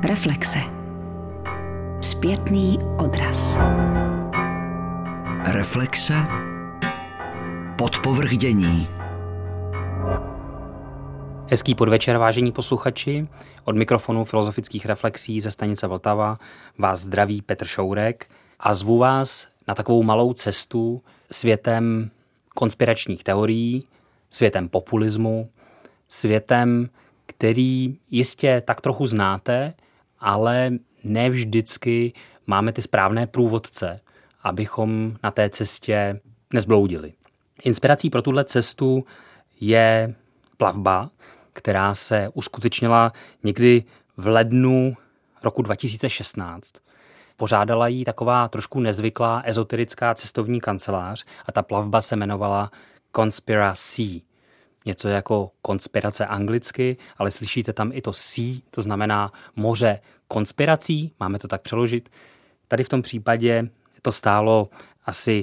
Reflexe. Zpětný odraz. Reflexe. Podpovrchdění. Hezký podvečer, vážení posluchači. Od mikrofonu Filozofických reflexí ze stanice Vltava vás zdraví Petr Šourek a zvu vás na takovou malou cestu světem konspiračních teorií, světem populismu, světem, který jistě tak trochu znáte, ale ne vždycky máme ty správné průvodce, abychom na té cestě nezbloudili. Inspirací pro tuhle cestu je plavba, která se uskutečnila někdy v lednu roku 2016. Pořádala ji taková trošku nezvyklá ezoterická cestovní kancelář a ta plavba se jmenovala Conspiracy. Něco jako konspirace anglicky, ale slyšíte tam i to sea, to znamená moře konspirací, máme to tak přeložit. Tady v tom případě to stálo asi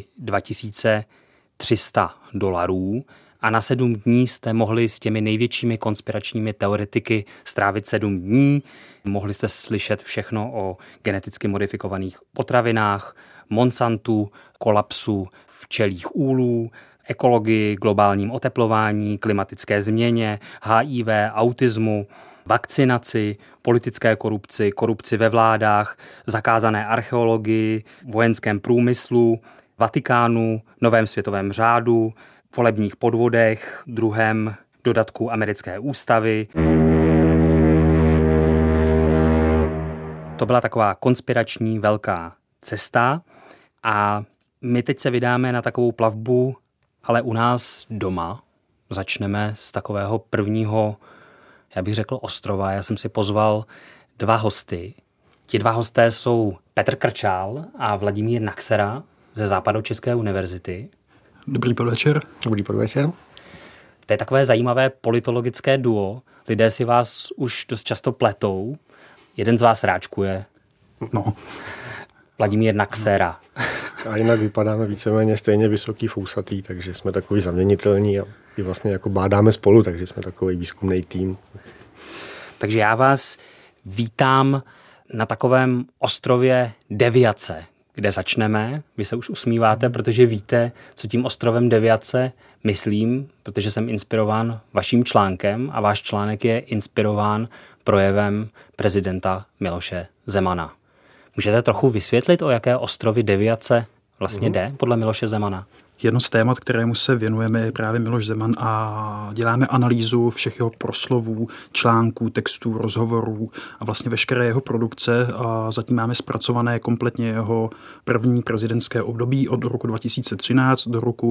$2300 a na 7 dní jste mohli s těmi největšími konspiračními teoretiky strávit 7 dní. Mohli jste slyšet všechno o geneticky modifikovaných potravinách, Monsantu, kolapsu včelích úlů, ekologii, globálním oteplování, klimatické změně, HIV, autismu, vakcinaci, politické korupci, korupci ve vládách, zakázané archeologii, vojenském průmyslu, Vatikánu, novém světovém řádu, volebních podvodech, druhém dodatku americké ústavy. To byla taková konspirační velká cesta a my teď se vydáme na takovou plavbu, ale u nás doma. Začneme z takového prvního, já bych řekl, ostrova. Já jsem si pozval 2 hosty. Ti 2 hosté jsou Petr Krčál a Vladimír Naxera ze Západočeské univerzity. Dobrý podvečer. Dobrý podvečer. To je takové zajímavé politologické duo. Lidé si vás už dost často pletou. Jeden z vás ráčkuje. No. Vladimír Naxera. A jinak vypadáme víceméně stejně vysoký, fousatý, takže jsme takový zaměnitelní a i vlastně jako bádáme spolu, takže jsme takový výzkumný tým. Takže já vás vítám na takovém ostrově Deviace, kde začneme. Vy se už usmíváte, protože víte, co tím ostrovem Deviace myslím, protože jsem inspirován vaším článkem a váš článek je inspirován projevem prezidenta Miloše Zemana. Můžete trochu vysvětlit, o jaké ostrovy Deviace vlastně jde podle Miloše Zemana? Jedno z témat, kterému se věnujeme, je právě Miloš Zeman a děláme analýzu všech jeho proslovů, článků, textů, rozhovorů a vlastně veškeré jeho produkce a zatím máme zpracované kompletně jeho první prezidentské období od roku 2013 do roku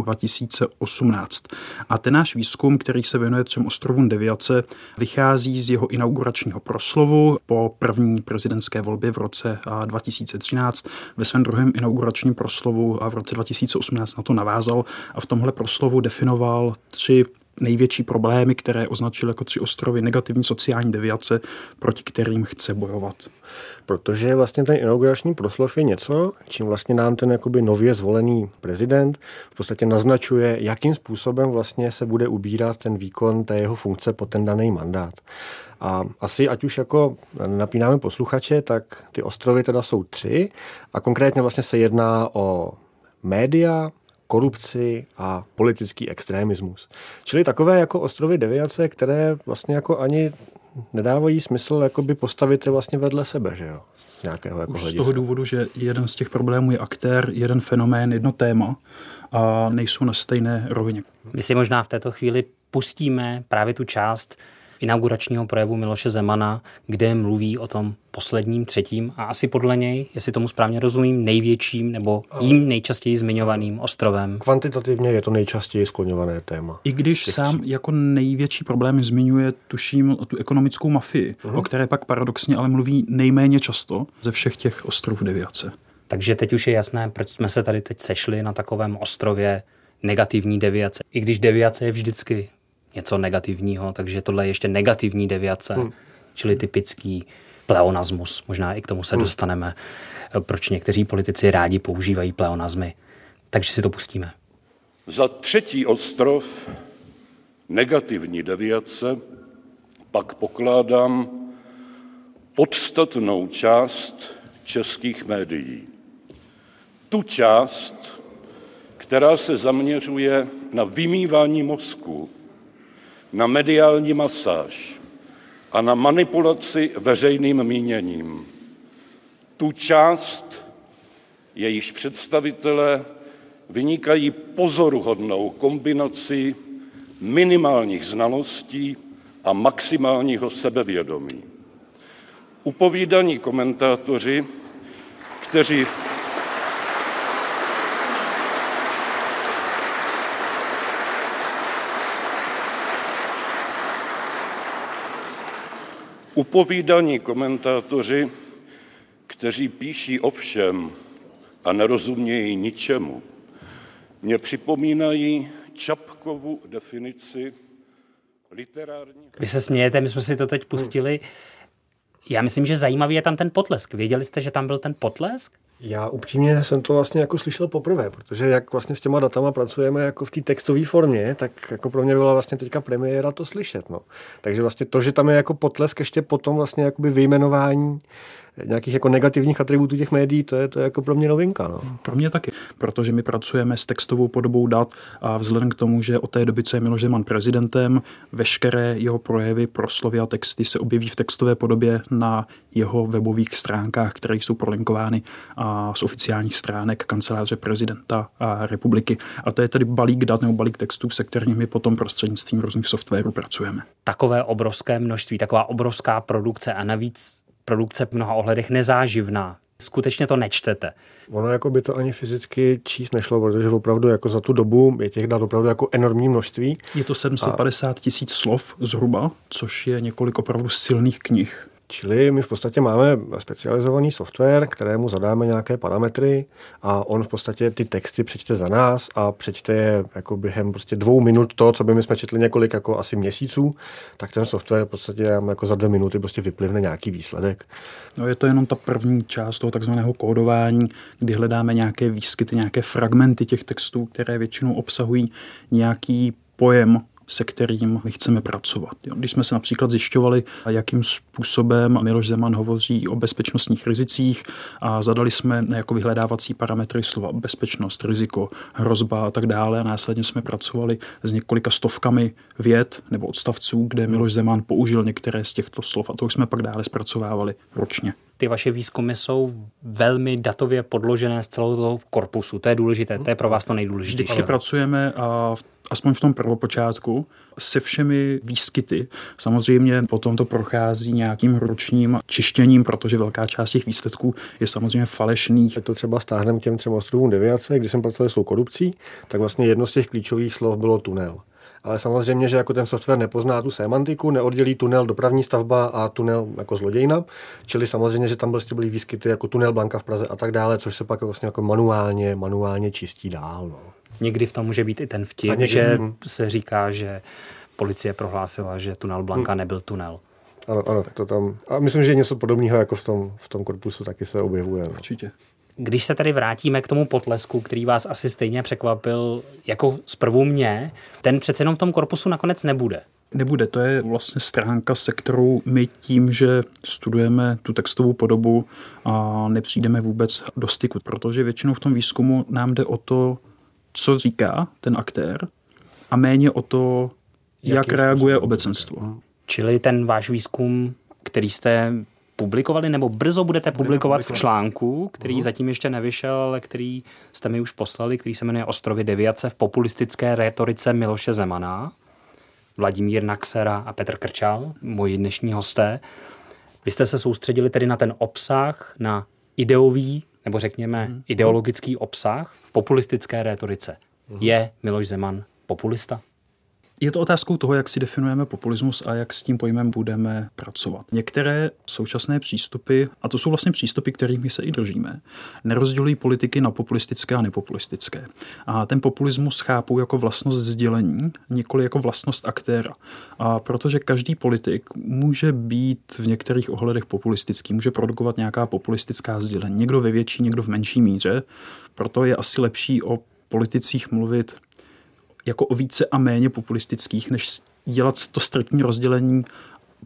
2018. A ten náš výzkum, který se věnuje 3 ostrovům Deviace, vychází z jeho inauguračního proslovu po první prezidentské volbě v roce 2013. Ve svém druhém inauguračním proslovu a v roce 2018 na to navázal a v tomhle proslovu definoval 3 největší problémy, které označil jako 3 ostrovy negativní sociální deviace, proti kterým chce bojovat. Protože vlastně ten inaugurační proslov je něco, čím vlastně nám ten jakoby nově zvolený prezident v podstatě naznačuje, jakým způsobem vlastně se bude ubírat ten výkon té jeho funkce po ten daný mandát. A asi, ať už jako napínáme posluchače, tak ty ostrovy teda jsou 3 a konkrétně vlastně se jedná o média, korupci a politický extremismus. Čili takové jako ostrovy deviace, které vlastně jako ani nedávají smysl jakoby postavit je vlastně vedle sebe, že jo? Z nějakého jako hlediska. Z toho důvodu, že jeden z těch problémů je aktér, jeden fenomén, jedno téma a nejsou na stejné rovině. My si možná v této chvíli pustíme právě tu část inauguračního projevu Miloše Zemana, kde mluví o tom posledním, 3. a asi podle něj, jestli tomu správně rozumím, největším nebo jím nejčastěji zmiňovaným ostrovem. Kvantitativně je to nejčastěji skloňované téma. I když sám jako největší problém zmiňuje, tuším, tu ekonomickou mafii, o které pak paradoxně ale mluví nejméně často ze všech těch ostrovů Deviace. Takže teď už je jasné, proč jsme se tady teď sešli na takovém ostrově negativní deviace. I když deviace je vždycky něco negativního, takže tohle je ještě negativní deviace, čili typický pleonasmus. Možná i k tomu se dostaneme, proč někteří politici rádi používají pleonasmy. Takže si to pustíme. Za 3. ostrov negativní deviace pak pokládám podstatnou část českých médií. Tu část, která se zaměřuje na vymývání mozku, na mediální masáž a na manipulaci veřejným míněním. Tu část, jejíž představitelé vynikají pozoruhodnou kombinací minimálních znalostí a maximálního sebevědomí. Upovídaní komentátoři, kteří píší o všem a nerozumějí ničemu, mě připomínají Čapkovu definici literární... Vy se smějete, my jsme si to teď pustili. Já myslím, že zajímavý je tam ten potlesk. Věděli jste, že tam byl ten potlesk? Já upřímně jsem to vlastně jako slyšel poprvé, protože jak vlastně s těma datama pracujeme jako v té textové formě, tak jako pro mě byla vlastně teďka premiéra to slyšet. No. Takže vlastně to, že tam je jako potlesk ještě potom vlastně jakoby vyjmenování nějakých jako negativních atributů těch médií, to je jako pro mě novinka. No. Pro mě taky, protože my pracujeme s textovou podobou dat a vzhledem k tomu, že od té doby, co je Miloš Zeman prezidentem, veškeré jeho projevy, proslovy a texty se objeví v textové podobě na jeho webových stránkách, které jsou prolinkovány z oficiálních stránek kanceláře prezidenta republiky. A to je tedy balík dat nebo balík textů, se kterými my potom prostřednictvím různých softwarů pracujeme. Takové obrovské množství, taková obrovská produkce a navíc produkce v mnoha ohledech nezáživná. Skutečně to nečtete. Ono jako by to ani fyzicky číst nešlo, protože opravdu jako za tu dobu je těch dat opravdu jako enormní množství. Je to 750 000 slov zhruba, což je několik opravdu silných knih. Čili my v podstatě máme specializovaný software, kterému zadáme nějaké parametry a on v podstatě ty texty přečte za nás a přečte je jako během prostě 2 minut to, co by my jsme četli několik jako asi měsíců, tak ten software v podstatě jako za 2 minuty prostě vyplivne nějaký výsledek. No je to jenom ta první část toho takzvaného kódování, kdy hledáme nějaké výskyty, nějaké fragmenty těch textů, které většinou obsahují nějaký pojem, se kterým my chceme pracovat. Když jsme se například zjišťovali, jakým způsobem Miloš Zeman hovoří o bezpečnostních rizicích a zadali jsme jako vyhledávací parametry slova bezpečnost, riziko, hrozba a tak dále a následně jsme pracovali s několika stovkami vět nebo odstavců, kde Miloš Zeman použil některé z těchto slov a to už jsme pak dále zpracovávali ručně. Ty vaše výzkumy jsou velmi datově podložené z celého toho korpusu. To je důležité, to je pro vás to nejdůležitější. Vždycky pracujeme aspoň v tom prvopočátku se všemi výskyty. Samozřejmě potom to prochází nějakým ročním čištěním, protože velká část těch výsledků je samozřejmě falešných. To třeba stáhneme těm 3 ostrovům Deviace, když jsem pracoval s tou korupcí, tak vlastně jedno z těch klíčových slov bylo tunel. Ale samozřejmě, že jako ten software nepozná tu semantiku, neoddělí tunel dopravní stavba a tunel jako zlodějna, čili samozřejmě, že tam byly výskyty jako tunel Blanka v Praze a tak dále, což se pak vlastně jako manuálně čistí dál. No. Někdy v tom může být i ten vtip, že se říká, že policie prohlásila, že tunel Blanka nebyl tunel. Ano, tak to tam. A myslím, že něco podobného jako v tom korpusu taky se objevuje. No. Určitě. Když se tady vrátíme k tomu potlesku, který vás asi stejně překvapil jako zprvu mě, ten přece jenom v tom korpusu nakonec nebude. Nebude, to je vlastně stránka, se kterou my tím, že studujeme tu textovou podobu a nepřijdeme vůbec do styku, protože většinou v tom výzkumu nám jde o to, co říká ten aktér a méně o to, jak reaguje obecenstvo. Čili ten váš výzkum, který jste publikovali, nebo brzo budete publikovat v článku, který zatím ještě nevyšel, ale který jste mi už poslali, který se jmenuje Ostrovy Deviace v populistické rétorice Miloše Zemana. Vladimír Naxera a Petr Krčal, moji dnešní hosté. Vy jste se soustředili tedy na ten obsah, na ideový, nebo řekněme ideologický obsah v populistické rétorice. Je Miloš Zeman populista? Je to otázkou toho, jak si definujeme populismus a jak s tím pojmem budeme pracovat. Některé současné přístupy, a to jsou vlastně přístupy, kterými se i držíme, nerozdělují politiky na populistické a nepopulistické. A ten populismus chápou jako vlastnost sdělení, nikoli jako vlastnost aktéra. A protože každý politik může být v některých ohledech populistický, může produkovat nějaká populistická sdělení. Někdo ve větší, někdo v menší míře. Proto je asi lepší o politicích mluvit jako o více a méně populistických, než dělat to striktní rozdělení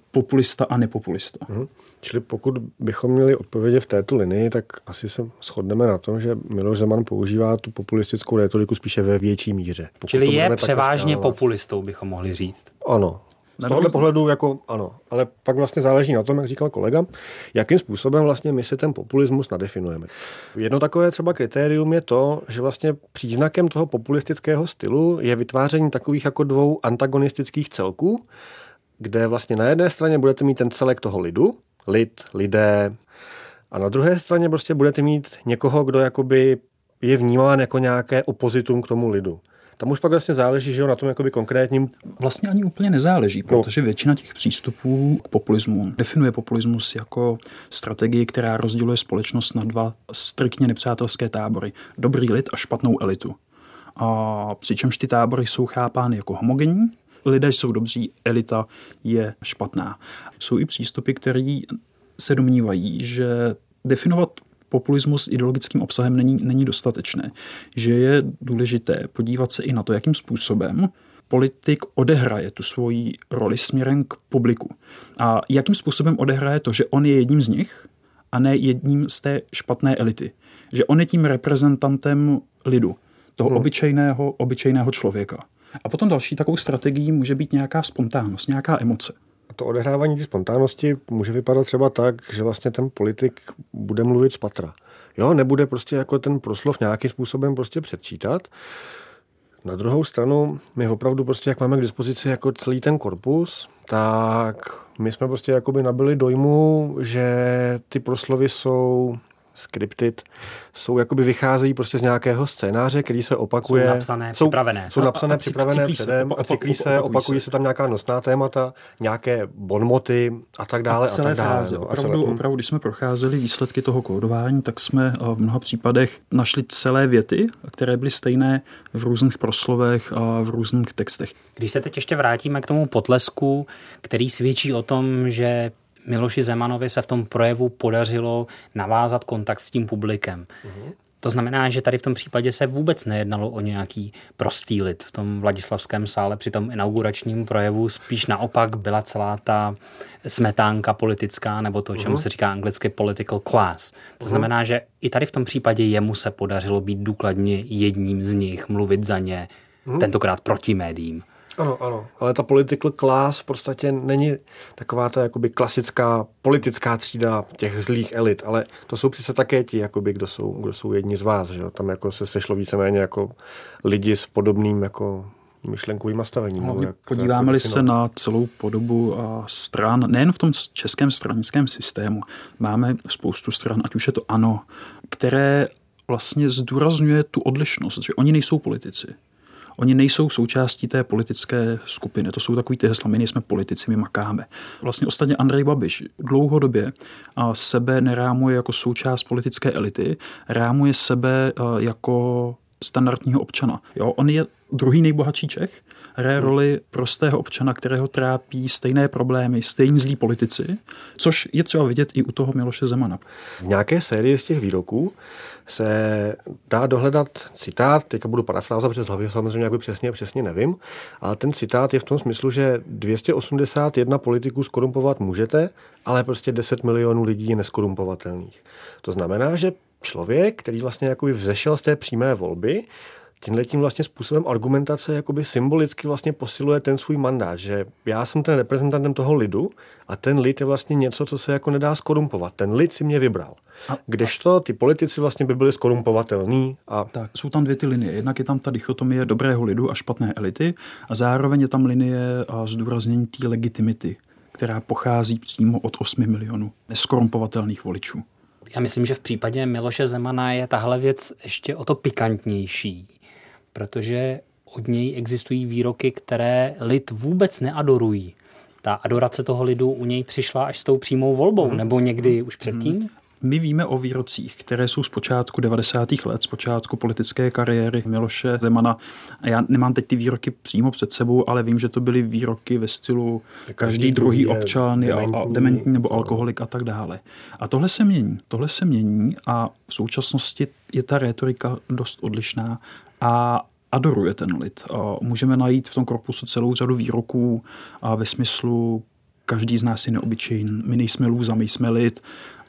populista a nepopulista. Čili pokud bychom měli odpovědět v této linii, tak asi se shodneme na tom, že Miloš Zeman používá tu populistickou rétoriku spíše ve větší míře. Čili je převážně populistou, bychom mohli říct. Ano. Z tohohle pohledu jako ano, ale pak vlastně záleží na tom, jak říkal kolega, jakým způsobem vlastně my si ten populismus nadefinujeme. Jedno takové třeba kritérium je to, že vlastně příznakem toho populistického stylu je vytváření takových jako dvou antagonistických celků, kde vlastně na jedné straně budete mít ten celek toho lidu, lidé, a na druhé straně prostě budete mít někoho, kdo jakoby je vnímán jako nějaké opozitum k tomu lidu. Tam už pak vlastně záleží, že jo, na tom jakoby konkrétním... Vlastně ani úplně nezáleží, protože většina těch přístupů k populismu definuje populismus jako strategii, která rozděluje společnost na dva striktně nepřátelské tábory. Dobrý lid a špatnou elitu. A přičemž ty tábory jsou chápány jako homogenní, lidé jsou dobří, elita je špatná. Jsou i přístupy, které se domnívají, že definovat populismus ideologickým obsahem není dostatečné. Že je důležité podívat se i na to, jakým způsobem politik odehraje tu svoji roli směrem k publiku. A jakým způsobem odehraje to, že on je jedním z nich a ne jedním z té špatné elity. Že on je tím reprezentantem lidu, toho obyčejného člověka. A potom další takovou strategií může být nějaká spontánnost, nějaká emoce. A to odehrávání té spontánnosti může vypadat třeba tak, že vlastně ten politik bude mluvit z patra. Jo, nebude prostě jako ten proslov nějakým způsobem prostě předčítat. Na druhou stranu, my opravdu prostě, jak máme k dispozici jako celý ten korpus, tak my jsme prostě jakoby nabili dojmu, že ty proslovy jsou scripted, jakoby vycházejí prostě z nějakého scénáře, který se opakuje. Jsou napsané, připravené předem a cyklí se, opakují se tam nějaká nosná témata, nějaké bonmoty a tak dále. A celé fráze. Opravdu, když jsme procházeli výsledky toho kódování, tak jsme v mnoha případech našli celé věty, které byly stejné v různých proslovech a v různých textech. Když se teď ještě vrátíme k tomu potlesku, který svědčí o tom, že Miloši Zemanovi se v tom projevu podařilo navázat kontakt s tím publikem. To znamená, že tady v tom případě se vůbec nejednalo o nějaký prostý lid. V tom Vladislavském sále při tom inauguračním projevu spíš naopak byla celá ta smetánka politická, nebo to, čemu se říká anglicky political class. To znamená, že i tady v tom případě jemu se podařilo být důkladně jedním z nich, mluvit za ně, tentokrát proti médiím. Ano, ale ta political class v podstatě není taková ta jakoby klasická politická třída těch zlých elit, ale to jsou přece také ti, jakoby, kdo jsou jedni z vás, že jo? Tam jako se sešlo víceméně jako lidi s podobným jako myšlenkovým nastavením. Podíváme-li se na celou podobu stran, nejen v tom českém stranickém systému, máme spoustu stran, ať už je to ANO, které vlastně zdůrazňuje tu odlišnost, že oni nejsou politici. Oni nejsou součástí té politické skupiny. To jsou takový ty hesla, my nejsme politici, my makáme. Vlastně ostatně Andrej Babiš dlouhodobě sebe nerámuje jako součást politické elity, rámuje sebe jako standardního občana. Jo, on je druhý nejbohatší Čech, hraje roli prostého občana, kterého trápí stejné problémy, stejní zlí politici, což je třeba vidět i u toho Miloše Zemana. V nějaké sérii z těch výroků se dá dohledat citát, teďka budu parafrázovat přes hlavě, samozřejmě jako přesně nevím, ale ten citát je v tom smyslu, že 281 politiků skorumpovat můžete, ale prostě 10 milionů lidí je neskorumpovatelných. To znamená, že člověk, který vlastně jakoby vzešel z té přímé volby, tímhletím vlastně způsobem argumentace jakoby symbolicky vlastně posiluje ten svůj mandát, že já jsem ten reprezentantem toho lidu a ten lid je vlastně něco, co se jako nedá skorumpovat. Ten lid si mě vybral. Kdežto ty politici vlastně by byli skorumpovatelní. Tak, jsou tam dvě ty linie. Jednak je tam ta dichotomie dobrého lidu a špatné elity a zároveň je tam linie zdůraznění té legitimity, která pochází přímo od 8 milionů neskorumpovatelných voličů. Já myslím, že v případě Miloše Zemana je tahle věc ještě o to pikantnější, protože od něj existují výroky, které lid vůbec neadorují. Ta adorace toho lidu u něj přišla až s tou přímou volbou, nebo někdy už předtím? My víme o výrocích, které jsou z počátku 90. let, z počátku politické kariéry Miloše Zemana. A já nemám teď ty výroky přímo před sebou, ale vím, že to byly výroky ve stylu každý druhý občan je dementní nebo alkoholik a tak dále. A tohle se mění a v současnosti je ta rétorika dost odlišná a adoruje ten lid. A můžeme najít v tom korpusu celou řadu výroků ve smyslu každý z nás je neobyčejný, my nejsme lůza, my jsme lid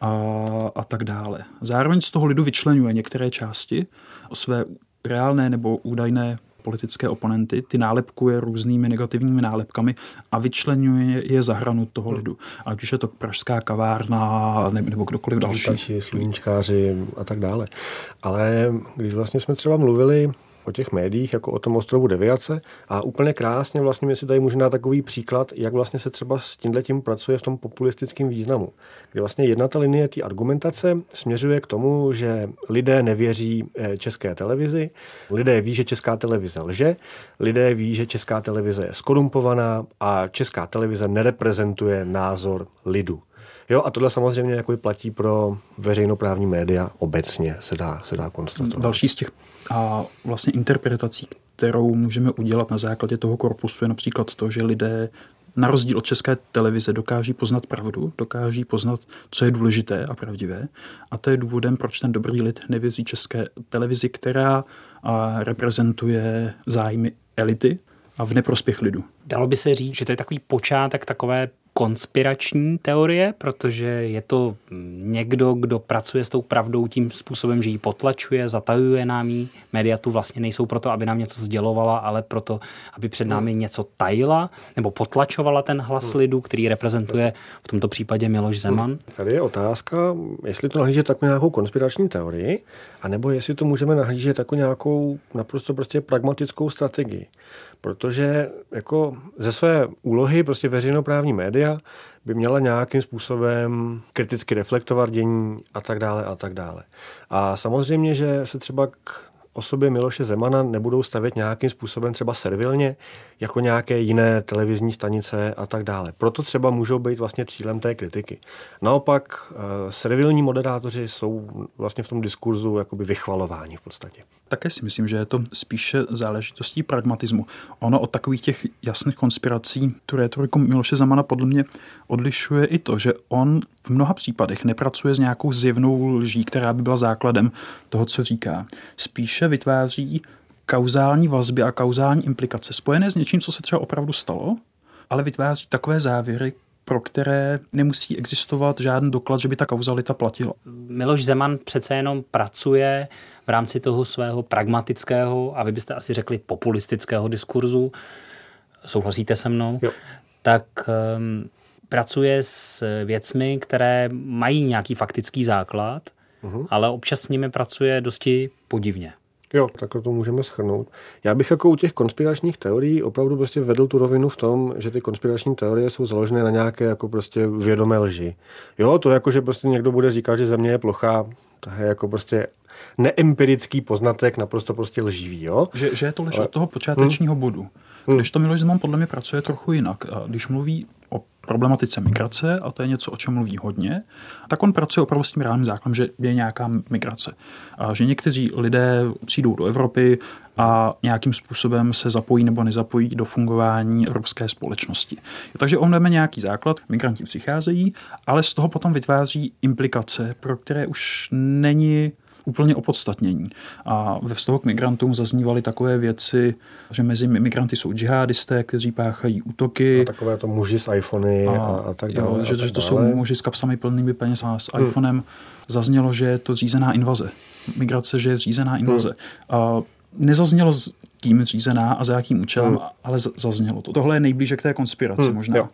a tak dále. Zároveň z toho lidu vyčleňuje některé části o své reálné nebo údajné politické oponenty, ty nálepkuje různými negativními nálepkami a vyčleňuje je za hranu toho lidu. Ať už je to pražská kavárna nebo kdokoliv další. Vítači, sluníčkáři a tak dále. Ale když vlastně jsme třeba mluvili o těch médiích, jako o tom ostrovu deviace a úplně krásně vlastně my si tady můžeme dát takový příklad, jak vlastně se třeba s tímhletím pracuje v tom populistickém významu. Kdy vlastně jedna ta linie té argumentace směřuje k tomu, že lidé nevěří České televizi, lidé ví, že Česká televize lže, lidé ví, že Česká televize je zkorumpovaná a Česká televize nereprezentuje názor lidu. Jo, a tohle samozřejmě jako platí pro veřejnoprávní média obecně, se dá konstatovat. Další z těch vlastně interpretací, kterou můžeme udělat na základě toho korpusu, je například to, že lidé na rozdíl od České televize dokáží poznat pravdu, dokáží poznat, co je důležité a pravdivé. A to je důvodem, proč ten dobrý lid nevěří České televizi, která reprezentuje zájmy elity a v neprospěch lidu. Dalo by se říct, že to je takový počátek takové konspirační teorie, protože je to někdo, kdo pracuje s tou pravdou tím způsobem, že ji potlačuje, zatajuje nám ji. Média tu vlastně nejsou proto, aby nám něco sdělovala, ale proto, aby před námi něco tajila nebo potlačovala ten hlas lidu, který reprezentuje v tomto případě Miloš Zeman. Tady je otázka, jestli to nahlížet jako nějakou konspirační teorii, anebo jestli to můžeme nahlížet jako nějakou naprosto prostě pragmatickou strategii. Protože jako ze své úlohy prostě veřejnoprávní média by měla nějakým způsobem kriticky reflektovat dění a tak dále a tak dále. A samozřejmě, že se třeba k osobě Miloše Zemana nebudou stavět nějakým způsobem třeba servilně, jako nějaké jiné televizní stanice a tak dále. Proto třeba můžou být vlastně cílem té kritiky. Naopak servilní moderátoři jsou vlastně v tom diskurzu jakoby vychvalováni v podstatě. Také si myslím, že je to spíše záležitostí pragmatismu. Ono od takových těch jasných konspirací tu rétoriku Miloše Zemana podle mě odlišuje i to, že on v mnoha případech nepracuje s nějakou zjevnou lží, která by byla základem toho, co říká. Spíše vytváří kauzální vazby a kauzální implikace spojené s něčím, co se třeba opravdu stalo, ale vytváří takové závěry, pro které nemusí existovat žádný doklad, že by ta kauzalita platila. Miloš Zeman přece jenom pracuje v rámci toho svého pragmatického a vy byste asi řekli populistického diskurzu. Souhlasíte se mnou? Jo. Tak pracuje s věcmi, které mají nějaký faktický základ, ale občas s nimi pracuje dosti podivně. Jo, tak to můžeme shrnout. Já bych jako u těch konspiračních teorií opravdu prostě vedl tu rovinu v tom, že ty konspirační teorie jsou založené na nějaké jako prostě vědomé lži. Jo, to jako, že prostě někdo bude říkat, že Země je plochá, to je jako prostě neempirický poznatek, naprosto prostě lživý, jo. Že je to lež od toho počátečního bodu. Když to Miloš Zeman podle mě pracuje trochu jinak. Když mluví o problematice migrace, a to je něco, o čem mluví hodně, tak on pracuje opravdu s tím reálným základem, že je nějaká migrace. A že někteří lidé přijdou do Evropy a nějakým způsobem se zapojí nebo nezapojí do fungování evropské společnosti. Takže on veme nějaký základ, migranti přicházejí, ale z toho potom vytváří implikace, pro které už není úplně opodstatnění. A ve vztahu k migrantům zaznívaly takové věci, že mezi migranty jsou džihadisté, kteří páchají útoky. A takové to muži s iPhony a tak dále. Jo, že to jsou muži s kapsami plnými peněz a s iPhonem. Zaznělo, že je to řízená invaze. Migrace, že je řízená invaze. A nezaznělo, s kým řízená a za jakým účelem, ale zaznělo to. Tohle je nejblíže k té konspiraci možná. Jo.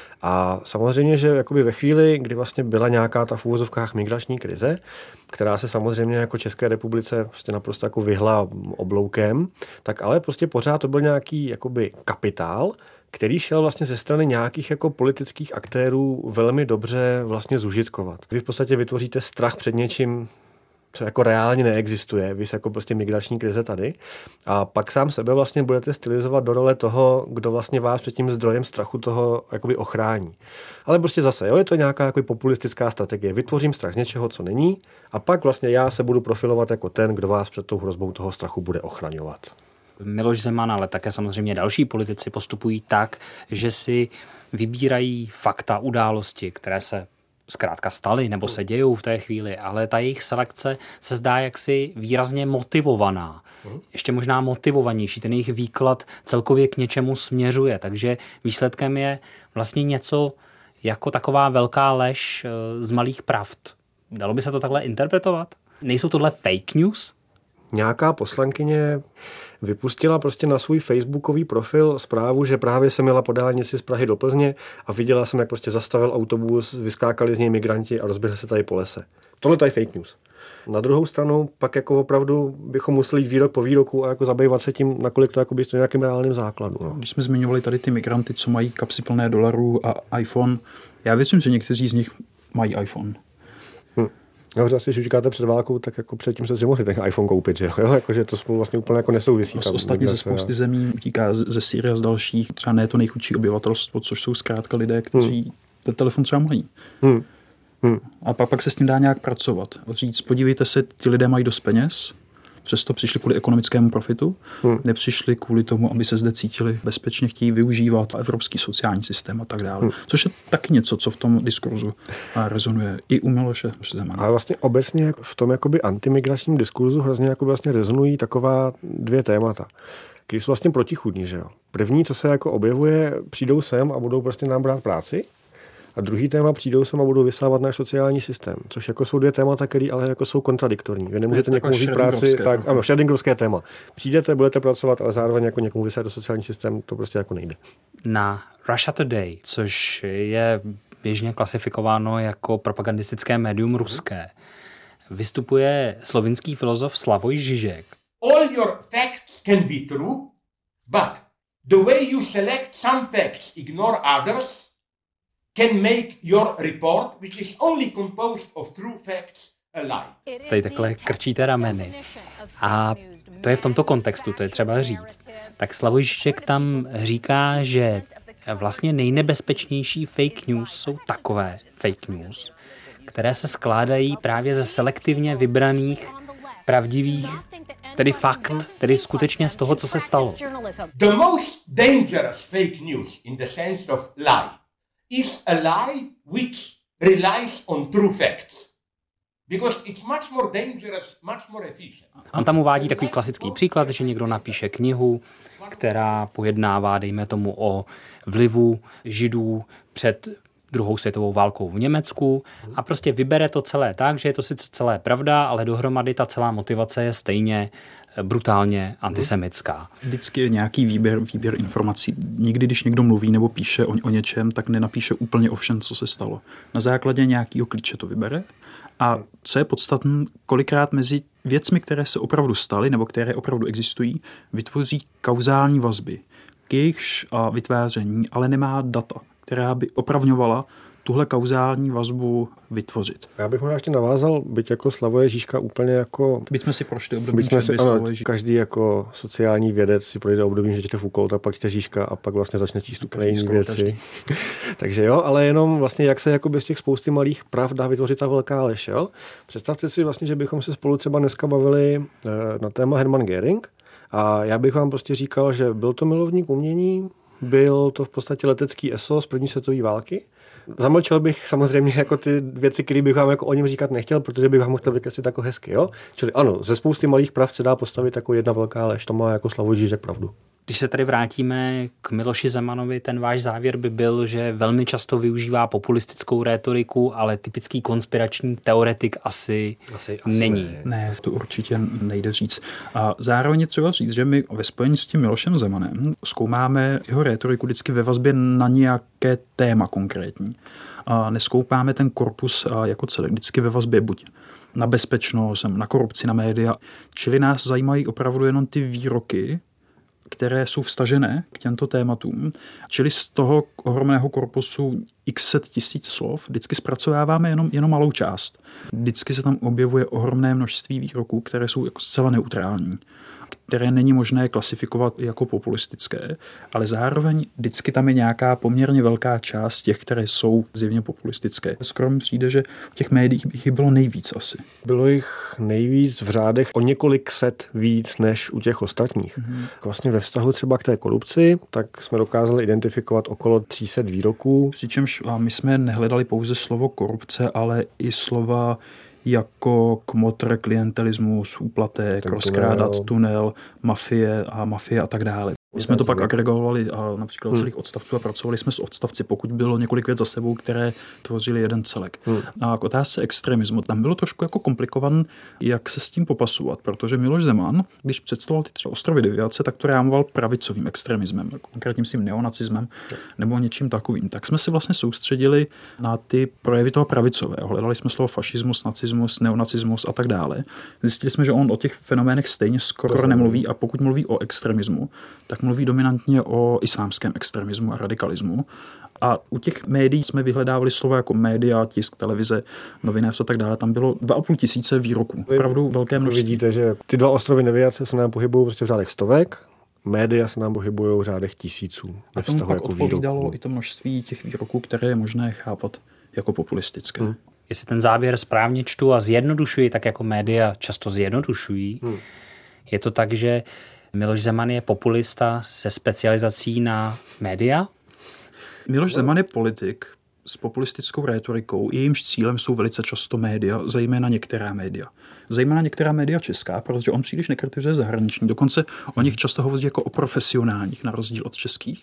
A samozřejmě, že jakoby ve chvíli, kdy vlastně byla nějaká ta v úvozovkách migrační krize, která se samozřejmě jako České republice prostě naprosto jako vyhla obloukem, tak ale prostě pořád to byl nějaký jakoby kapitál, který šel vlastně ze strany nějakých jako politických aktérů velmi dobře vlastně zužitkovat. Vy v podstatě vytvoříte strach před něčím, co jako reálně neexistuje, vy jako prostě migrační krize tady, a pak sám sebe vlastně budete stylizovat do role toho, kdo vlastně vás před tím zdrojem strachu toho jakoby ochrání. Ale prostě zase, jo, je to nějaká jako populistická strategie. Vytvořím strach z něčeho, co není, a pak vlastně já se budu profilovat jako ten, kdo vás před tou hrozbou toho strachu bude ochraňovat. Miloš Zeman, ale také samozřejmě další politici postupují tak, že si vybírají fakta, události, které se zkrátka staly nebo se dějou v té chvíli, ale ta jejich selekce se zdá jaksi výrazně motivovaná. Ještě možná motivovanější. Ten jejich výklad celkově k něčemu směřuje, takže výsledkem je vlastně něco jako taková velká lež z malých pravd. Dalo by se to takhle interpretovat? Nejsou tohle fake news? Nějaká poslankyně vypustila prostě na svůj facebookový profil zprávu, že právě se měla po dálnici z Prahy do Plzně a viděla jsem, jak prostě zastavil autobus, vyskákali z něj migranti a rozběhli se tady po lese. Tohle je fake news. Na druhou stranu pak jako opravdu bychom museli jít výrok po výroku a jako zabývat se tím, nakolik to jako stojí nějakým reálným základu. No. Když jsme zmiňovali tady ty migranty, co mají kapsy plné dolarů a iPhone, já věřím, že někteří z nich mají iPhone. Dobře, asi, když říkáte před válkou, tak jako předtím se si mohli ten iPhone koupit, že jo? Jakože to spolu vlastně úplně jako nesouvisí. Ostatně ze spousty zemí utíká ze Sýrie a z dalších, třeba ne to nejchudší obyvatelstvo, což jsou zkrátka lidé, kteří ten telefon třeba mají. A pak se s tím dá nějak pracovat. Říct, podívejte se, ti lidé mají dost peněz, přesto přišli kvůli ekonomickému profitu, nepřišli kvůli tomu, aby se zde cítili bezpečně, chtějí využívat evropský sociální systém a tak dále. Což je taky něco, co v tom diskurzu rezonuje i u Miloše Zemana. Ale vlastně obecně v tom jakoby antimigračním diskurzu hrozně jako vlastně rezonují taková dvě témata, které jsou vlastně protichůdní, že jo. První, co se jako objevuje, přijdou sem a budou prostě nám brát práci. A druhý téma, přijdou sem a budou vysávat náš sociální systém, což jako jsou dvě témata, které ale jako jsou kontradiktorní. Vy nemůžete někomu vzít práci, tak ano, schrödingovské téma. Přijdete, budete pracovat, ale zároveň jako někomu vysávat do sociální systém, to prostě jako nejde. Na Russia Today, což je běžně klasifikováno jako propagandistické médium ruské, vystupuje slovinský filozof Slavoj Žižek. All your facts can be true, but the way you select some facts, ignore others, can make your report, which is only composed of true facts, a lie. Tady takhle krčíte rameny. A to je v tomto kontextu, to je třeba říct. Tak Slavoj Žižek tam říká, že vlastně nejnebezpečnější fake news jsou takové fake news, které se skládají právě ze selektivně vybraných pravdivých, tedy fakt, tedy skutečně z toho, co se stalo. The most dangerous fake news in the sense of lie is a lie which relies on true facts. Because it's much more dangerous, much more efficient. On tam uvádí takový klasický příklad, že někdo napíše knihu, která pojednává, dejme tomu, o vlivu Židů před druhou světovou válkou v Německu a prostě vybere to celé tak, že je to sice celé pravda, ale dohromady ta celá motivace je stejně brutálně antisemitská. Vždycky je nějaký výběr informací. Nikdy, když někdo mluví nebo píše o něčem, tak nenapíše úplně o všem, co se stalo. Na základě nějakého klíče to vybere. A co je podstatné, kolikrát mezi věcmi, které se opravdu staly nebo které opravdu existují, vytvoří kauzální vazby. K jejichž vytváření ale nemá data, která by opravňovala tuhle kauzální vazbu vytvořit. Já bych možná ještě navázal, byť jako Slavoje Žižka úplně jako... Byť jsme si prošli období četby Slavoje Žižka. Každý jako sociální vědec si projde obdobím, že čte Foucaulta, pak čte Žižka a pak vlastně začne číst úplně jiné věci. Takže jo, ale jenom vlastně jak se jako bez těch spousty malých prav dá vytvořit ta velká lež, jo? Představte si vlastně, že bychom se spolu třeba dneska bavili na téma Hermann Göring a já bych vám prostě říkal, že byl to milovník umění, byl to v podstatě letecký ESO z první světové války. Zamlčel bych samozřejmě jako ty věci, které bych vám jako o něm říkat nechtěl, protože bych vám chtěl vykreslit jako hezky, jo? Čili ano, ze spousty malých pravd se dá postavit jako jedna velká lež, to má jako Slavoj Žižek pravdu. Když se tady vrátíme k Miloši Zemanovi, ten váš závěr by byl, že velmi často využívá populistickou rétoriku, ale typický konspirační teoretik asi není. Ne, to určitě nejde říct. A zároveň je třeba říct, že my ve spojení s tím Milošem Zemanem zkoumáme jeho rétoriku vždycky ve vazbě na nějaké téma konkrétní. A neskoumáme ten korpus jako celek, vždycky ve vazbě buď na bezpečnost, na korupci, na média. Čili nás zajímají opravdu jenom ty výroky, které jsou vstažené k těmto tématům. Čili z toho ohromného korpusu x set tisíc slov vždycky zpracováváme jenom malou část. Vždycky se tam objevuje ohromné množství výroků, které jsou jako zcela neutrální, které není možné klasifikovat jako populistické, ale zároveň vždycky tam je nějaká poměrně velká část těch, které jsou zjevně populistické. Skoro mi přijde, že v těch médiích bych jich bylo nejvíc asi. Bylo jich nejvíc v řádech o několik set víc než u těch ostatních. Vlastně ve vztahu třeba k té korupci, tak jsme dokázali identifikovat okolo 300 výroků. Přičemž my jsme nehledali pouze slovo korupce, ale i slova jako kmotr, klientelismus, úplatek, rozkrádat tunel, mafie a tak dále. My jsme to pak agregovali a například celých odstavců a pracovali jsme s odstavci, pokud bylo několik věc za sebou, které tvořily jeden celek. A k otázce extremismu, tam bylo trošku jako komplikované, jak se s tím popasovat, protože Miloš Zeman, když představoval ty třeba ostrovy deviace, tak to rámoval pravicovým extremismem, konkrétně s tím neonacismem nebo něčím takovým. Tak jsme se vlastně soustředili na ty projevy toho pravicového. Hledali jsme slovo fašismus, nacismus, neonacismus a tak dále. Zjistili jsme, že on o těch fenoménech stejně skoro nemluví a pokud mluví o extremismu, tak mluví dominantně o islámském extremismu a radikalismu. A u těch médií jsme vyhledávali slova jako média, tisk, televize, novinář a tak dále. Tam bylo 2 500 výroků. Opravdu velké množství. Vidíte, že ty 2 ostrovy deviace se nám pohybují prostě v řádech stovek, média se nám pohybují v řádech tisíců. A tomu pak odpovídalo i to množství těch výroků, které je možné chápat jako populistické. Jestli ten závěr správně čtu a zjednodušuji, tak jako média často zjednodušují, je to tak, že Miloš Zeman je populista se specializací na média? Miloš Zeman je politik s populistickou rétorikou, jejímž cílem jsou velice často média, zejména některá média. Zejména některá média česká, protože on příliš nekritizuje zahraniční. Dokonce o nich často hovoří jako o profesionálních, na rozdíl od českých.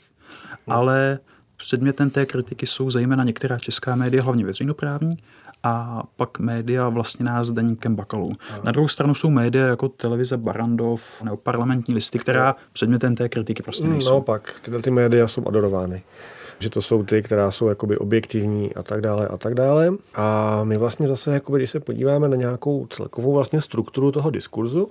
Ale předmětem té kritiky jsou zejména některá česká média, hlavně veřejnoprávní, a pak média vlastněná s Deníkem Bakalou. Na druhou stranu jsou média jako televize Barrandov nebo Parlamentní listy, která předmětem té kritiky prostě nejsou. Naopak, tyhle ty média jsou adorovány. Že to jsou ty, která jsou jakoby objektivní a tak dále a tak dále. A my vlastně zase, jakoby, když se podíváme na nějakou celkovou vlastně strukturu toho diskurzu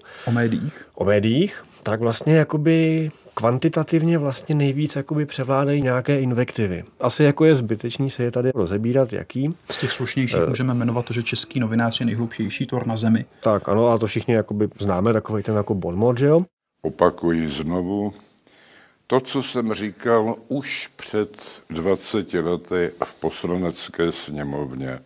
o médiích, tak vlastně jakoby kvantitativně vlastně nejvíc jakoby převládají nějaké invektivy. Asi jako je zbytečný se je tady rozebírat, jaký. Z těch slušnějších můžeme jmenovat to, že český novinář je nejhlubšější tvor na zemi. Tak ano, a to všichni jakoby známe, takový ten jako bonmot, že jo? Opakuji znovu, to, co jsem říkal už před 20 lety v Poslanecké sněmovně,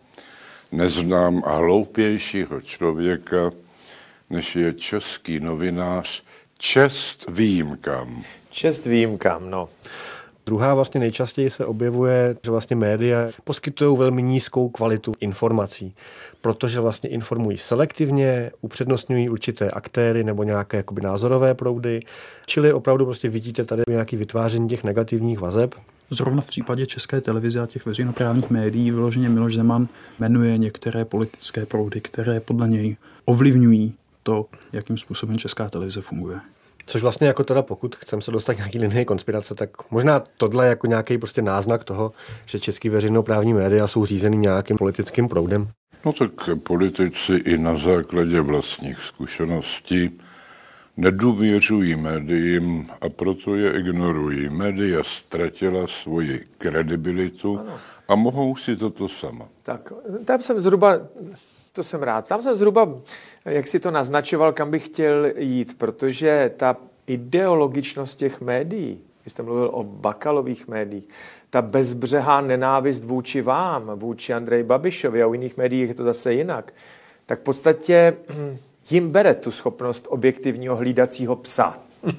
neznám hloupějšího člověka, než je český novinář. Čest výjimkám. Čest výjimkám, no. Druhá vlastně nejčastěji se objevuje, že vlastně média poskytují velmi nízkou kvalitu informací, protože vlastně informují selektivně, upřednostňují určité aktéry nebo nějaké jakoby názorové proudy, čili opravdu prostě vidíte tady nějaké vytváření těch negativních vazeb. Zrovna v případě České televize a těch veřejnoprávních médií vyloženě Miloš Zeman jmenuje některé politické proudy, které podle něj ovlivňují to, jakým způsobem Česká televize funguje. Což vlastně jako teda, pokud chceme se dostat k nějaký linii konspirace, tak možná tohle jako nějaký prostě náznak toho, že český veřejnoprávní média jsou řízeny nějakým politickým proudem. No tak politici i na základě vlastních zkušeností nedůvěřují médiím a proto je ignorují. Média ztratila svoji kredibilitu a mohou si toto sama. Tak, tam jsem zhruba... To jsem rád. Tam jsem zhruba, jak si to naznačoval, kam bych chtěl jít, protože ta ideologičnost těch médií, vy jste mluvil o Bakalových médiích, ta bezbřehá nenávist vůči vám, vůči Andreji Babišovi a u jiných médiích je to zase jinak, tak v podstatě jim bere tu schopnost objektivního hlídacího psa.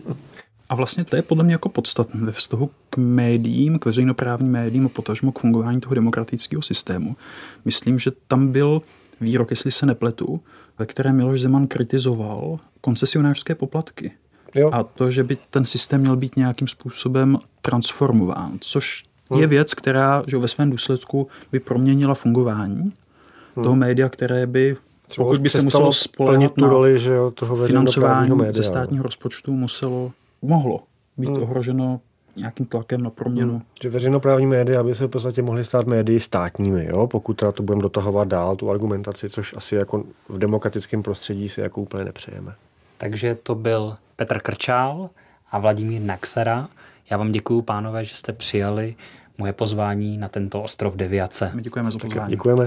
A vlastně to je podle mě jako podstatné ve vztahu k médiím, k veřejnoprávním médiím a potažmo k fungování toho demokratického systému. Myslím, že tam byl výrok, jestli se nepletu, ve kterém Miloš Zeman kritizoval koncesionářské poplatky. Jo. A to, že by ten systém měl být nějakým způsobem transformován, což je věc, která že ve svém důsledku by proměnila fungování toho média, které by, pokud by se muselo spoléhat tu roli, že jo, toho financování ze státního rozpočtu, mohlo být ohroženo nějakým tlakem na proměnu. Že veřejnoprávní média by se v podstatě mohly stát médii státními, jo? Pokud teda to budeme dotahovat dál, tu argumentaci, což asi jako v demokratickém prostředí si jako úplně nepřejeme. Takže to byl Petr Krčál a Vladimír Naxera. Já vám děkuju, pánové, že jste přijali moje pozvání na tento ostrov deviace. My děkujeme za pozvání. Děkujeme.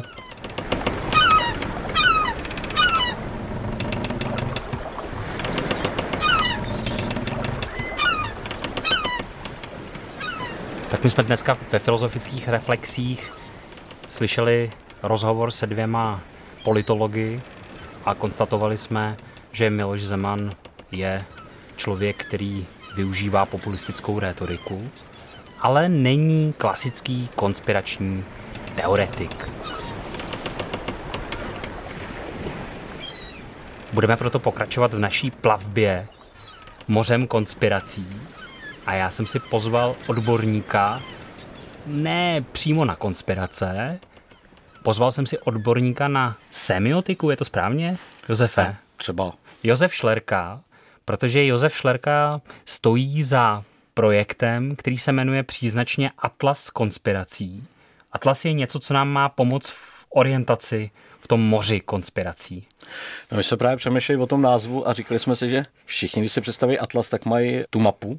Tak my jsme dneska ve filozofických reflexích slyšeli rozhovor se 2 politology a konstatovali jsme, že Miloš Zeman je člověk, který využívá populistickou rétoriku, ale není klasický konspirační teoretik. Budeme proto pokračovat v naší plavbě mořem konspirací a já jsem si pozval odborníka, ne přímo na konspirace, pozval jsem si odborníka na semiotiku, je to správně, Josefe? Třeba. Josef Šlerka, protože Josef Šlerka stojí za projektem, který se jmenuje příznačně Atlas konspirací. Atlas je něco, co nám má pomoct v orientaci v tom moři konspirací. No, my jsme právě přemýšleli o tom názvu a říkali jsme si, že všichni, když si představí atlas, tak mají tu mapu.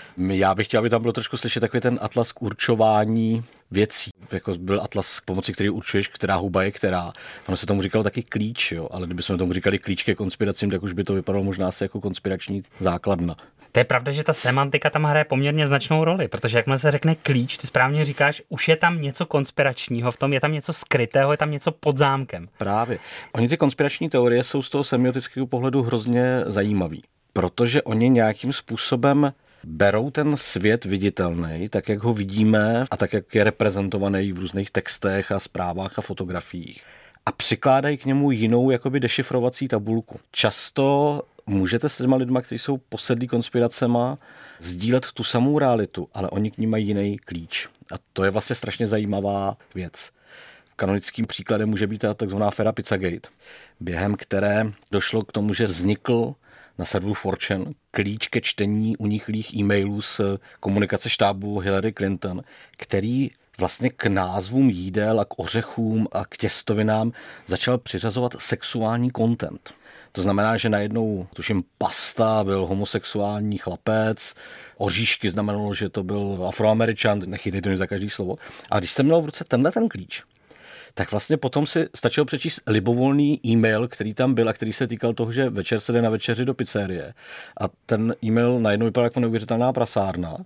Já bych chtěl, aby tam bylo trošku slyšet takový ten atlas k určování věcí. Jako byl atlas, pomocí který určuješ, která huba je která. Ono se tomu říkalo taky klíč, jo? Ale kdybychom tomu říkali klíč ke konspiracím, tak už by to vypadalo možná asi jako konspirační základna. To je pravda, že ta semantika tam hraje poměrně značnou roli, protože jakmile se řekne klíč, ty správně říkáš, už je tam něco konspiračního, v tom je tam něco skrytého, je tam něco pod zámkem. Právě. Oni ty konspirační teorie jsou z toho semiotického pohledu hrozně zajímavý, protože oni nějakým způsobem berou ten svět viditelný, tak jak ho vidíme a tak jak je reprezentovaný v různých textech a zprávách a fotografiích. A přikládají k němu jinou jakoby dešifrovací tabulku. Často můžete s těma lidma, kteří jsou posedlí konspiracema, sdílet tu samou realitu, ale oni k ní mají jiný klíč. A to je vlastně strašně zajímavá věc. Kanonickým příkladem může být ta takzvaná aféra Pizzagate, během které došlo k tomu, že vznikl na serveru 4chan klíč ke čtení unichlých e-mailů z komunikace štábu Hillary Clinton, který vlastně k názvům jídel a k ořechům a k těstovinám začal přiřazovat sexuální content. To znamená, že najednou, tuším, pasta byl homosexuální chlapec, oříšky znamenalo, že to byl Afroameričan, nechytejte mě za každý slovo. A když jsem měl v ruce tenhle ten klíč, tak vlastně potom si stačilo přečíst libovolný e-mail, který tam byl a který se týkal toho, že večer se jde na večeři do pizzerie. A ten e-mail najednou vypadal jako neuvěřitelná prasárna.